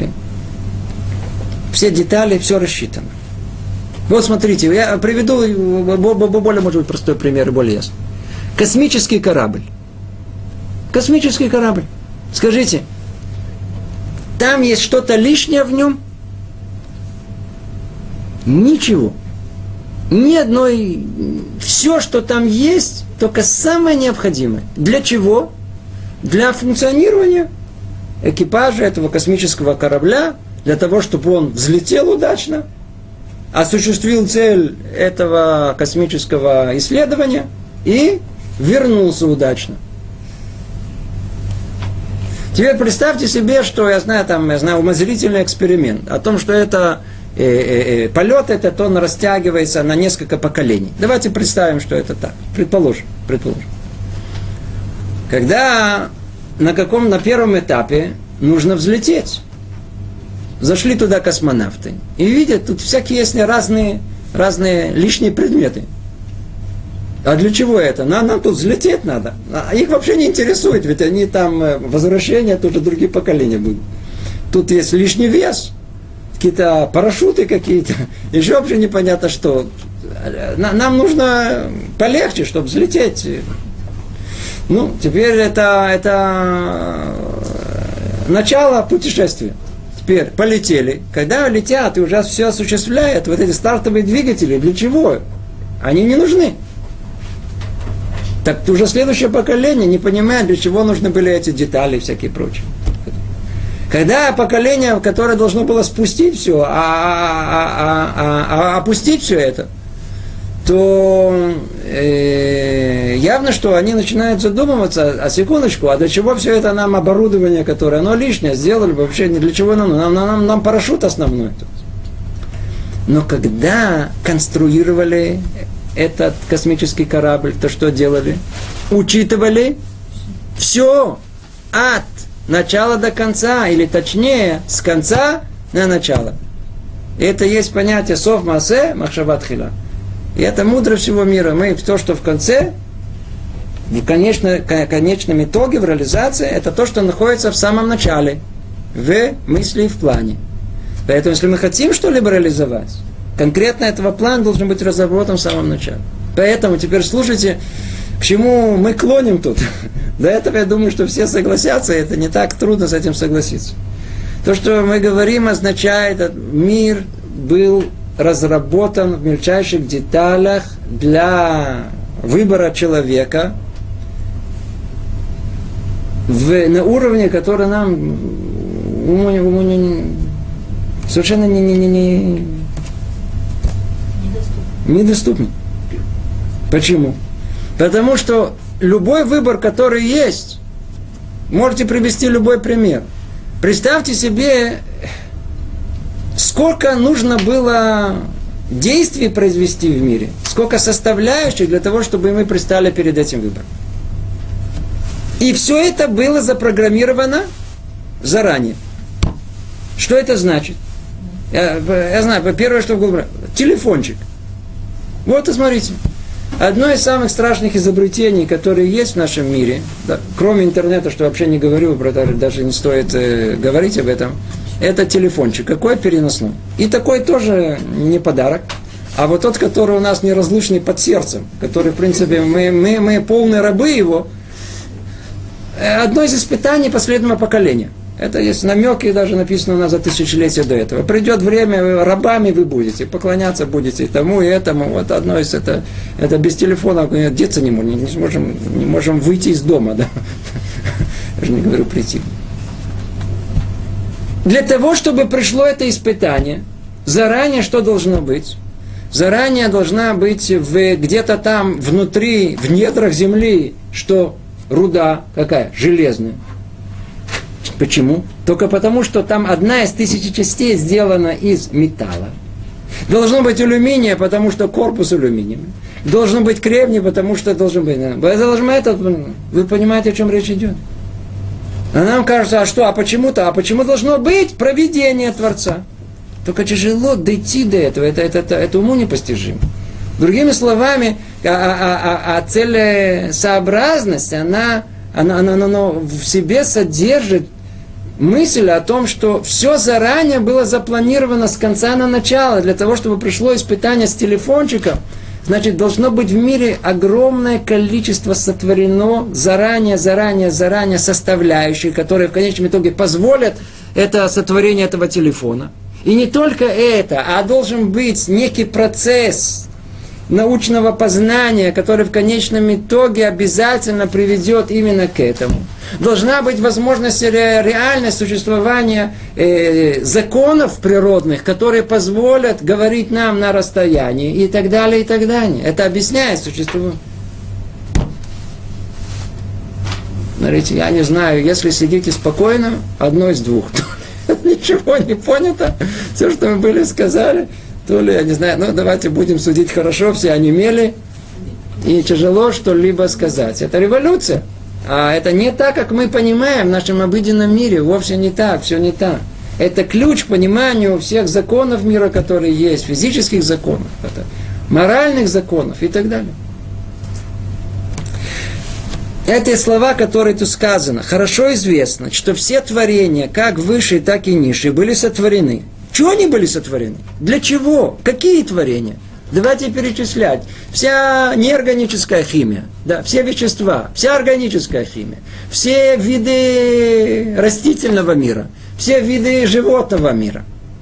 Все детали, все рассчитано. Вот смотрите, я приведу более, может быть, простой пример, более ясный. Космический корабль. Космический корабль. Скажите, там есть что-то лишнее в нем? Ничего. Ни одной... Все, что там есть, только самое необходимое. Для чего? Для функционирования экипажа этого космического корабля, для того, чтобы он взлетел удачно, осуществил цель этого космического исследования и вернулся удачно. Теперь представьте себе, что я знаю, там, я знаю, умозрительный эксперимент о том, что это э, э, э, полет этот, он растягивается на несколько поколений. Давайте представим, что это так. Предположим, предположим. Когда на каком, на первом этапе нужно взлететь. Зашли туда космонавты и видят, тут всякие есть разные, разные лишние предметы. А для чего это? Нам, нам тут взлететь надо. А их вообще не интересует, ведь они там, возвращения, тут же другие поколения будут. Тут есть лишний вес, какие-то парашюты какие-то, еще вообще непонятно что. Нам нужно полегче, чтобы взлететь. Ну, теперь это, это начало путешествия. Теперь полетели. Когда летят и уже все осуществляют, вот эти стартовые двигатели, для чего? Они не нужны. Так уже следующее поколение не понимает, для чего нужны были эти детали и всякие прочие. Когда поколение, которое должно было спустить все, а, а, а, а, а опустить все это, то э, явно, что они начинают задумываться, а секундочку, а для чего все это нам оборудование, которое оно лишнее, сделали вообще не для чего нам, нам, нам, нам парашют основной. Но когда конструировали этот космический корабль, то что делали? Учитывали все от начала до конца, или точнее, с конца на начало. Это есть понятие сов маасе махшава тхила. И это мудрость всего мира. Мы то, что в конце, в конечно, конечном итоге, в реализации, это то, что находится в самом начале, в мысли и в плане. Поэтому, если мы хотим что-либо реализовать, конкретно этого плана должен быть разработан в самом начале. Поэтому теперь слушайте, к чему мы клоним тут. До этого я думаю, что все согласятся, и это не так трудно с этим согласиться. То, что мы говорим, означает, что мир был разработан в мельчайших деталях для выбора человека в, на уровне, который нам уму, уму, не, совершенно не, не, не, не, недоступен. Почему? Потому что любой выбор, который есть, можете привести любой пример. Представьте себе, сколько нужно было действий произвести в мире, сколько составляющих для того, чтобы мы пристали перед этим выбором. И все это было запрограммировано заранее. Что это значит? Я, я знаю, первое, что в голову, телефончик. Вот и смотрите. Одно из самых страшных изобретений, которые есть в нашем мире, да, кроме интернета, что вообще не говорю, даже не стоит э, говорить об этом, это телефончик. Какой переносной. И такой тоже не подарок. А вот тот, который у нас неразлучный под сердцем, который, в принципе, мы, мы, мы полные рабы его, одно из испытаний последнего поколения. Это есть намеки, даже написано у нас за тысячелетия до этого. Придет время, рабами вы будете, поклоняться будете тому и этому. Вот одно из это, это без телефона деться не можем, не сможем, не можем выйти из дома, да. Я же не говорю прийти. Для того, чтобы пришло это испытание, заранее что должно быть? Заранее должна быть в, где-то там внутри, в недрах земли, что руда какая? Железная. Почему? Только потому, что там одна из тысячи частей сделана из металла. Должно быть алюминия, потому что корпус алюминиевый. Должно быть кремний, потому что должен быть... Должен это, вы понимаете, о чем речь идет? А нам кажется, а что, а почему-то? А почему должно быть провидение Творца? Только тяжело дойти до этого, это, это, это, это уму непостижимо. Другими словами, а, а, а, а целесообразность, она, она, она, она, она в себе содержит мысль о том, что все заранее было запланировано с конца на начало, для того, чтобы пришло испытание с телефончиком. Значит, должно быть в мире огромное количество сотворено заранее, заранее, заранее составляющих, которые в конечном итоге позволят это сотворение этого телефона. И не только это, а должен быть некий процесс научного познания, который в конечном итоге обязательно приведет именно к этому. Должна быть возможность реальность существования э, законов природных, которые позволят говорить нам на расстоянии и так далее, и так далее. Это объясняет существование. Смотрите, я не знаю, если сидите спокойно, одно из двух. Ничего не понято, все, что мы были сказали, то ли, я не знаю, ну давайте будем судить хорошо, все онемели, и тяжело что-либо сказать. Это революция. А это не так, как мы понимаем в нашем обыденном мире, вовсе не так, все не так. Это ключ к пониманию всех законов мира, которые есть, физических законов, моральных законов и так далее. Это слова, которые тут сказано. Хорошо известно, что все творения, как высшие, так и низшие, были сотворены. Чего они были сотворены? Для чего? Какие творения? Давайте перечислять. Вся неорганическая химия, да, все вещества, вся органическая химия, все виды растительного мира, все виды животного мира.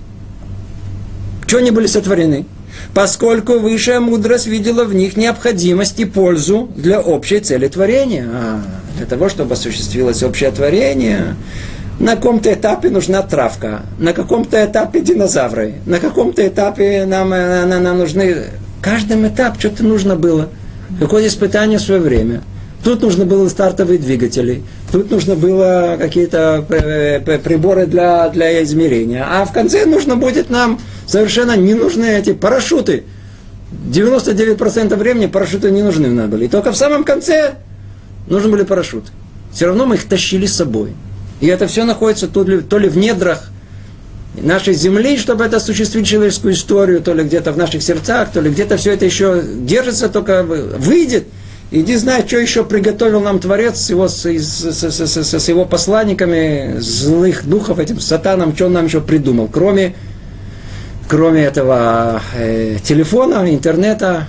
Чего они были сотворены? Поскольку высшая мудрость видела в них необходимость и пользу для общей цели творения. А, для того, чтобы осуществилось общее творение, на каком-то этапе нужна травка, на каком-то этапе динозавры, на каком-то этапе нам, нам, нам нужны... Каждый этап что-то нужно было. Какое-то испытание в свое время. Тут нужно было стартовые двигатели, тут нужно было какие-то приборы для, для измерения. А в конце нужно будет нам совершенно не нужны эти парашюты. девяносто девять процентов времени парашюты не нужны нам были. И только в самом конце нужны были парашюты. Все равно мы их тащили с собой. И это все находится то ли, то ли в недрах нашей земли, чтобы это осуществить человеческую историю, то ли где-то в наших сердцах, то ли где-то все это еще держится, только выйдет. Иди знай, что еще приготовил нам Творец с его, с, с, с, с, с его посланниками злых духов, этим сатаном, что он нам еще придумал, кроме, кроме этого э, телефона, интернета.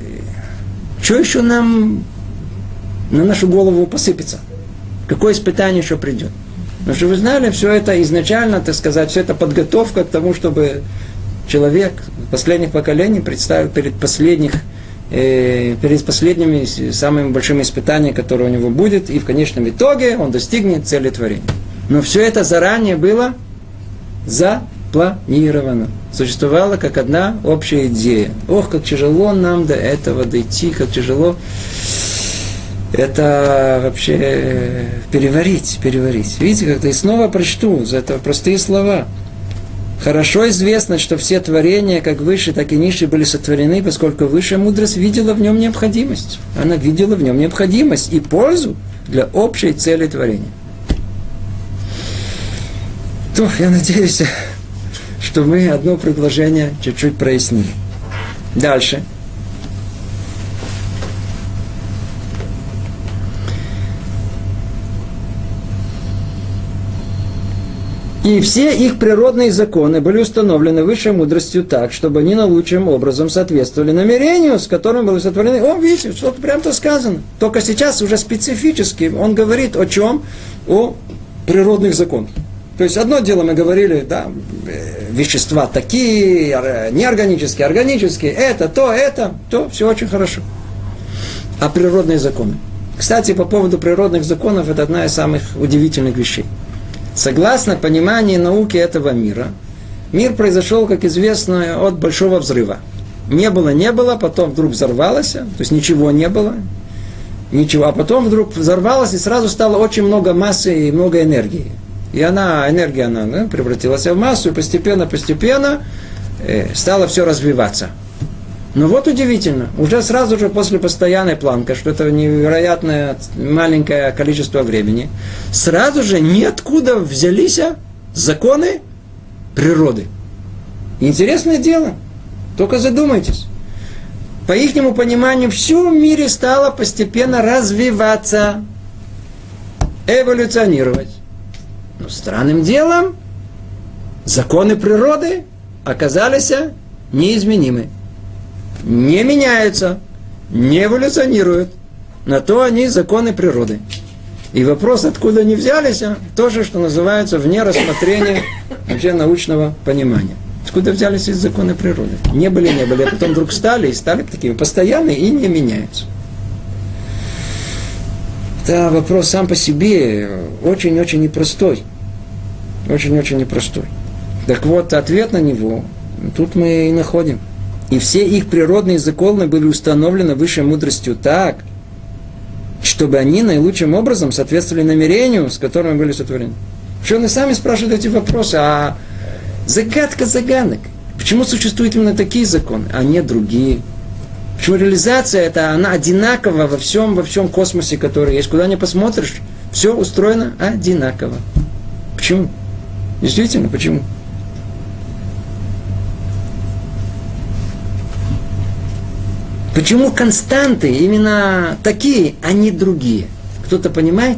Что еще нам на нашу голову посыпется? Какое испытание еще придет? Потому что вы знали, все это изначально, так сказать, все это подготовка к тому, чтобы человек последних поколений представил перед последних перед последними, самыми большими испытаниями, которые у него будет, и в конечном итоге он достигнет цели творения. Но все это заранее было запланировано. Существовала как одна общая идея. Ох, как тяжело нам до этого дойти, как тяжело это вообще переварить, переварить. Видите, как-то и снова прочту, за это простые слова. Хорошо известно, что все творения, как высшие, так и низшие, были сотворены, поскольку высшая мудрость видела в нем необходимость. Она видела в нем необходимость и пользу для общей цели творения. То, я надеюсь, что мы одно предложение чуть-чуть прояснили. Дальше. И все их природные законы были установлены высшей мудростью так, чтобы они наилучшим образом соответствовали намерению, с которым были сотворены. О, видите, что-то прям-то сказано. Только сейчас уже специфически он говорит о чем? О природных законах. То есть одно дело мы говорили, да, вещества такие, неорганические, органические, это, то, это, то, все очень хорошо. А природные законы? Кстати, по поводу природных законов, это одна из самых удивительных вещей. Согласно пониманию науки этого мира, мир произошел, как известно, от большого взрыва. Не было, не было, потом вдруг взорвалось, то есть ничего не было, ничего, а потом вдруг взорвалось, и сразу стало очень много массы и много энергии. И она, энергия, она да, превратилась в массу, и постепенно-постепенно э, стало все развиваться. Но вот удивительно, уже сразу же после постоянной планки, что это невероятное маленькое количество времени, сразу же ниоткуда взялись законы природы. Интересное дело, только задумайтесь. По ихнему пониманию, все в мире стало постепенно развиваться, эволюционировать. Но странным делом законы природы оказались неизменимы. Не меняются, не эволюционируют. На то они законы природы. И вопрос, откуда они взялись, тоже, что называется, вне рассмотрения вообще научного понимания. Откуда взялись эти законы природы? Не были, не были, а потом вдруг стали, и стали такими постоянные, и не меняются. Это вопрос сам по себе очень-очень непростой. Очень-очень непростой. Так вот, ответ на него тут мы и находим. И все их природные законы были установлены высшей мудростью так, чтобы они наилучшим образом соответствовали намерению, с которым были сотворены. Ученые сами спрашивают эти вопросы, а загадка загадок. Почему существуют именно такие законы, а не другие? Почему реализация это, она одинакова во всем, во всем космосе, который есть. Куда ни посмотришь, все устроено одинаково. Почему? Действительно, почему? Почему константы именно такие, а не другие? Кто-то понимает?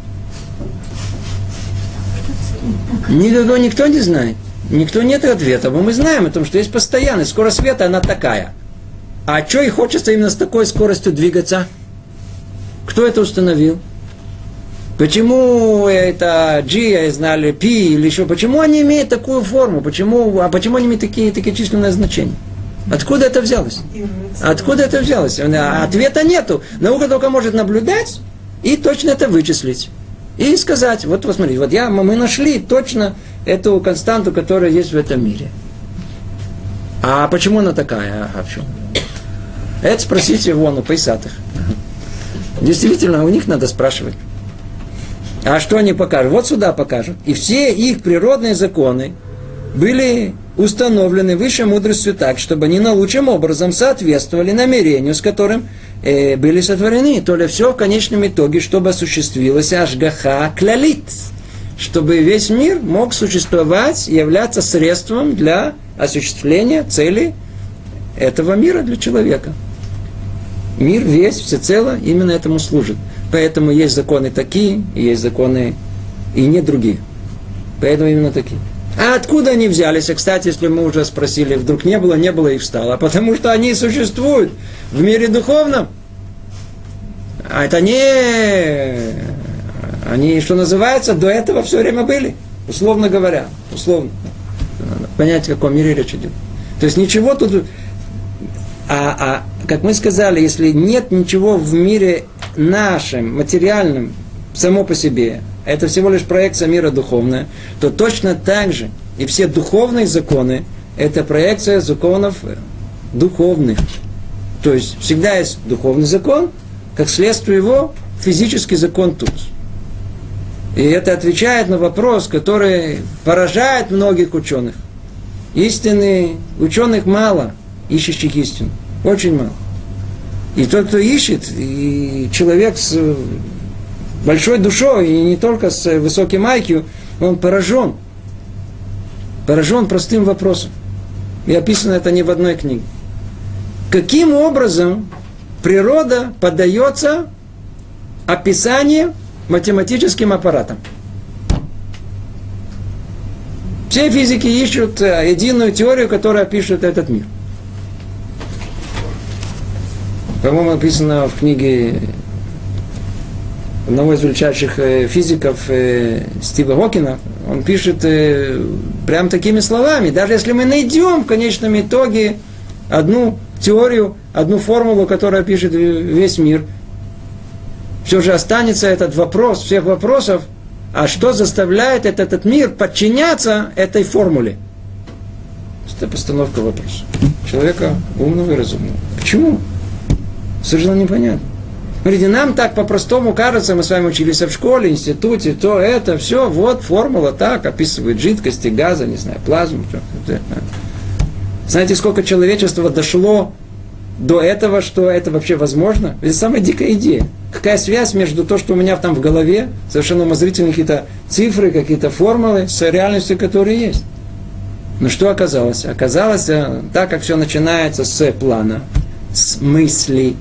Никого никто не знает. Никто нет ответа. Но мы знаем о том, что есть постоянная скорость света, она такая. А что и хочется именно с такой скоростью двигаться? Кто это установил? Почему это G, знали P или еще? Почему они имеют такую форму? Почему, а почему они имеют такие, такие численные значения? Откуда это взялось? Откуда это взялось? Ответа нету. Наука только может наблюдать и точно это вычислить. И сказать, вот посмотрите, вот я, мы нашли точно эту константу, которая есть в этом мире. А почему она такая? А в чем? Это спросите вон у Пейсатых. Действительно, у них надо спрашивать. А что они покажут? Вот сюда покажут. И все их природные законы были установлены высшей мудростью так, чтобы они наилучшим образом соответствовали намерению, с которым э, были сотворены. То ли все в конечном итоге, чтобы осуществилось ашгаха клялит, чтобы весь мир мог существовать и являться средством для осуществления цели этого мира для человека. Мир весь, всецело именно этому служит. Поэтому есть законы такие, и есть законы и не другие. Поэтому именно такие. А откуда они взялись? А, кстати, если мы уже спросили, вдруг не было, не было и встало. Потому что они существуют в мире духовном. А это не... Они, что называется, до этого все время были. Условно говоря. Условно. Надо понять, в каком мире речь идет. То есть ничего тут... А, а как мы сказали, если нет ничего в мире нашем, материальном, само по себе, это всего лишь проекция мира духовная, то точно так же и все духовные законы – это проекция законов духовных. То есть всегда есть духовный закон, как следствие его физический закон тут. И это отвечает на вопрос, который поражает многих ученых. Истины ученых мало, ищущих истину. Очень мало. И тот, кто ищет, и человек с большой душой, и не только с высоким ай кью, он поражен. Поражен простым вопросом. И описано это не в одной книге. Каким образом природа поддается описанию математическим аппаратом? Все физики ищут единую теорию, которая опишет этот мир. По-моему, написано в книге одного из величайших физиков Стива Хокина. Он пишет прям такими словами. Даже если мы найдем в конечном итоге одну теорию, одну формулу, которая пишет весь мир, все же останется этот вопрос всех вопросов, а что заставляет этот, этот мир подчиняться этой формуле? Это постановка вопроса. Человека умного и разумного. Почему? Совершенно непонятно. Смотрите, нам так по-простому кажется, мы с вами учились в школе, институте, то, это, все, вот формула так, описывает жидкости, газа, не знаю, плазму. Что, знаете, сколько человечества дошло до этого, что это вообще возможно? Это самая дикая идея. Какая связь между то, что у меня там в голове, совершенно умозрительные какие-то цифры, какие-то формулы, с реальностью, которая есть. Но что оказалось? Оказалось, так как все начинается с плана, с мысли,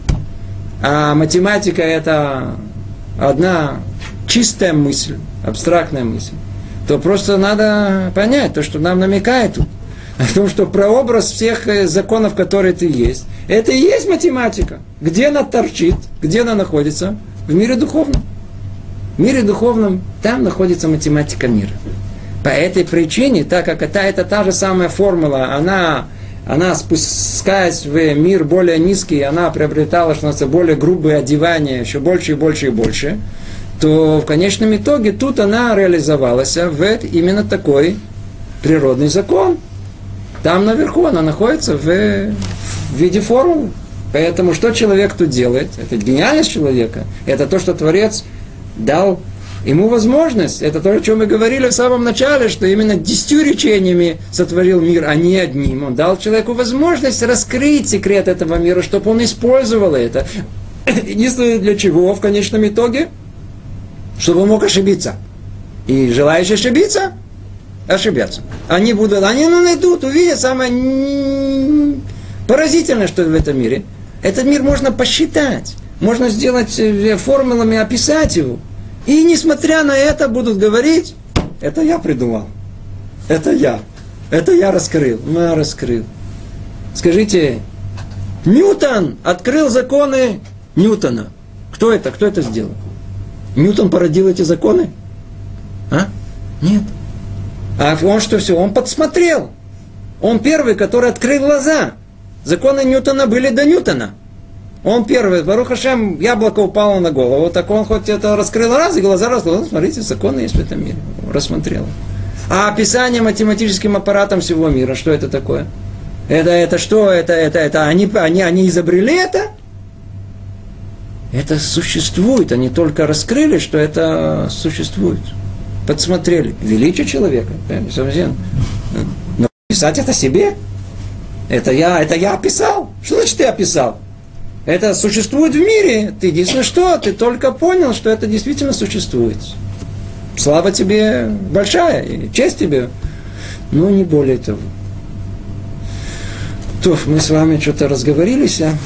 а математика это одна чистая мысль, абстрактная мысль, то просто надо понять то, что нам намекает тут. О том, что прообраз всех законов, которые ты есть, это и есть математика. Где она торчит, где она находится? В мире духовном. В мире духовном там находится математика мира. По этой причине, так как это, это та же самая формула, она, она спускаясь в мир более низкий, она приобретала, что называется, более грубые одевания, еще больше и больше и больше, то в конечном итоге тут она реализовалась в именно такой природный закон. Там наверху она находится в, в виде формулы. Поэтому что человек тут делает? Это гениальность человека. Это то, что Творец дал ему возможность. Это то, о чем мы говорили в самом начале, что именно десятью речениями сотворил мир, а не одним. Он дал человеку возможность раскрыть секрет этого мира, чтобы он использовал это. Единственное для чего в конечном итоге? Чтобы он мог ошибиться. И желающий ошибиться, ошибятся. Они будут, они ну, найдут, увидят самое поразительное, что в этом мире. Этот мир можно посчитать, можно сделать формулами, описать его. И несмотря на это будут говорить, это я придумал, это я, это я раскрыл, я раскрыл. Скажите, Ньютон открыл законы Ньютона. Кто это? Кто это сделал? Ньютон породил эти законы? А? Нет. А он что все? Он подсмотрел. Он первый, который открыл глаза. Законы Ньютона были до Ньютона. Он первый. Барух Ашем, яблоко упало на голову. Так он хоть это раскрыл раз, и глаза раскрыл. Смотрите, законы есть в этом мире. Рассмотрел. А описание математическим аппаратом всего мира, что это такое? Это, это что? Это, это, это. Они, они, они изобрели это? Это существует. Они только раскрыли, что это существует. Подсмотрели. Величие человека. Но писать это себе? Это я, это я описал. Что значит ты описал? Это существует в мире. Ты единственное что? Ты только понял, что это действительно существует. Слава тебе большая. И честь тебе. Но не более того. То, мы с вами что-то разговорились, а?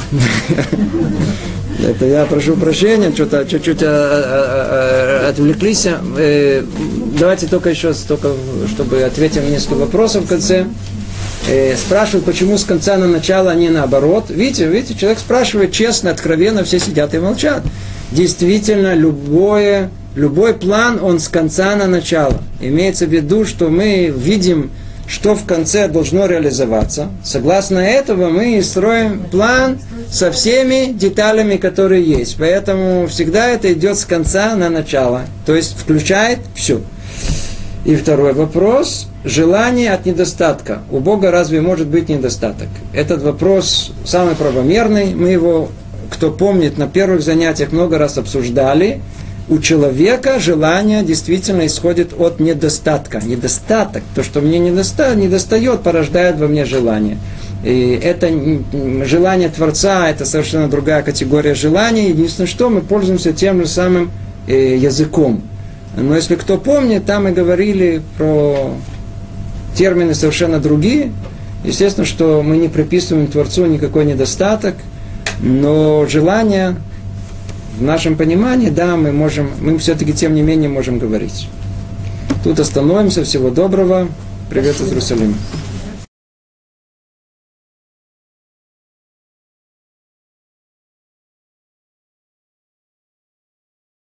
Это я прошу прощения, что-то чуть-чуть отвлеклись. Давайте только еще, только, чтобы ответить на несколько вопросов в конце. Спрашивают, почему с конца на начало, а не наоборот. Видите, видите, человек спрашивает честно, откровенно, все сидят и молчат. Действительно, любое, любой план, он с конца на начало. Имеется в виду, что мы видим, что в конце должно реализоваться. Согласно этого мы строим план со всеми деталями, которые есть. Поэтому всегда это идет с конца на начало. То есть включает все. И второй вопрос. Желание от недостатка. У Бога разве может быть недостаток? Этот вопрос самый правомерный. Мы его, кто помнит, на первых занятиях много раз обсуждали. У человека желание действительно исходит от недостатка. Недостаток, то, что мне не достает, порождает во мне желание. И это желание Творца, это совершенно другая категория желаний. Единственное, что мы пользуемся тем же самым языком. Но если кто помнит, там мы говорили про термины совершенно другие. Естественно, что мы не приписываем Творцу никакой недостаток, но желание... В нашем понимании, да, мы можем, мы все-таки тем не менее можем говорить. Тут остановимся. Всего доброго. Привет из Иерусалима.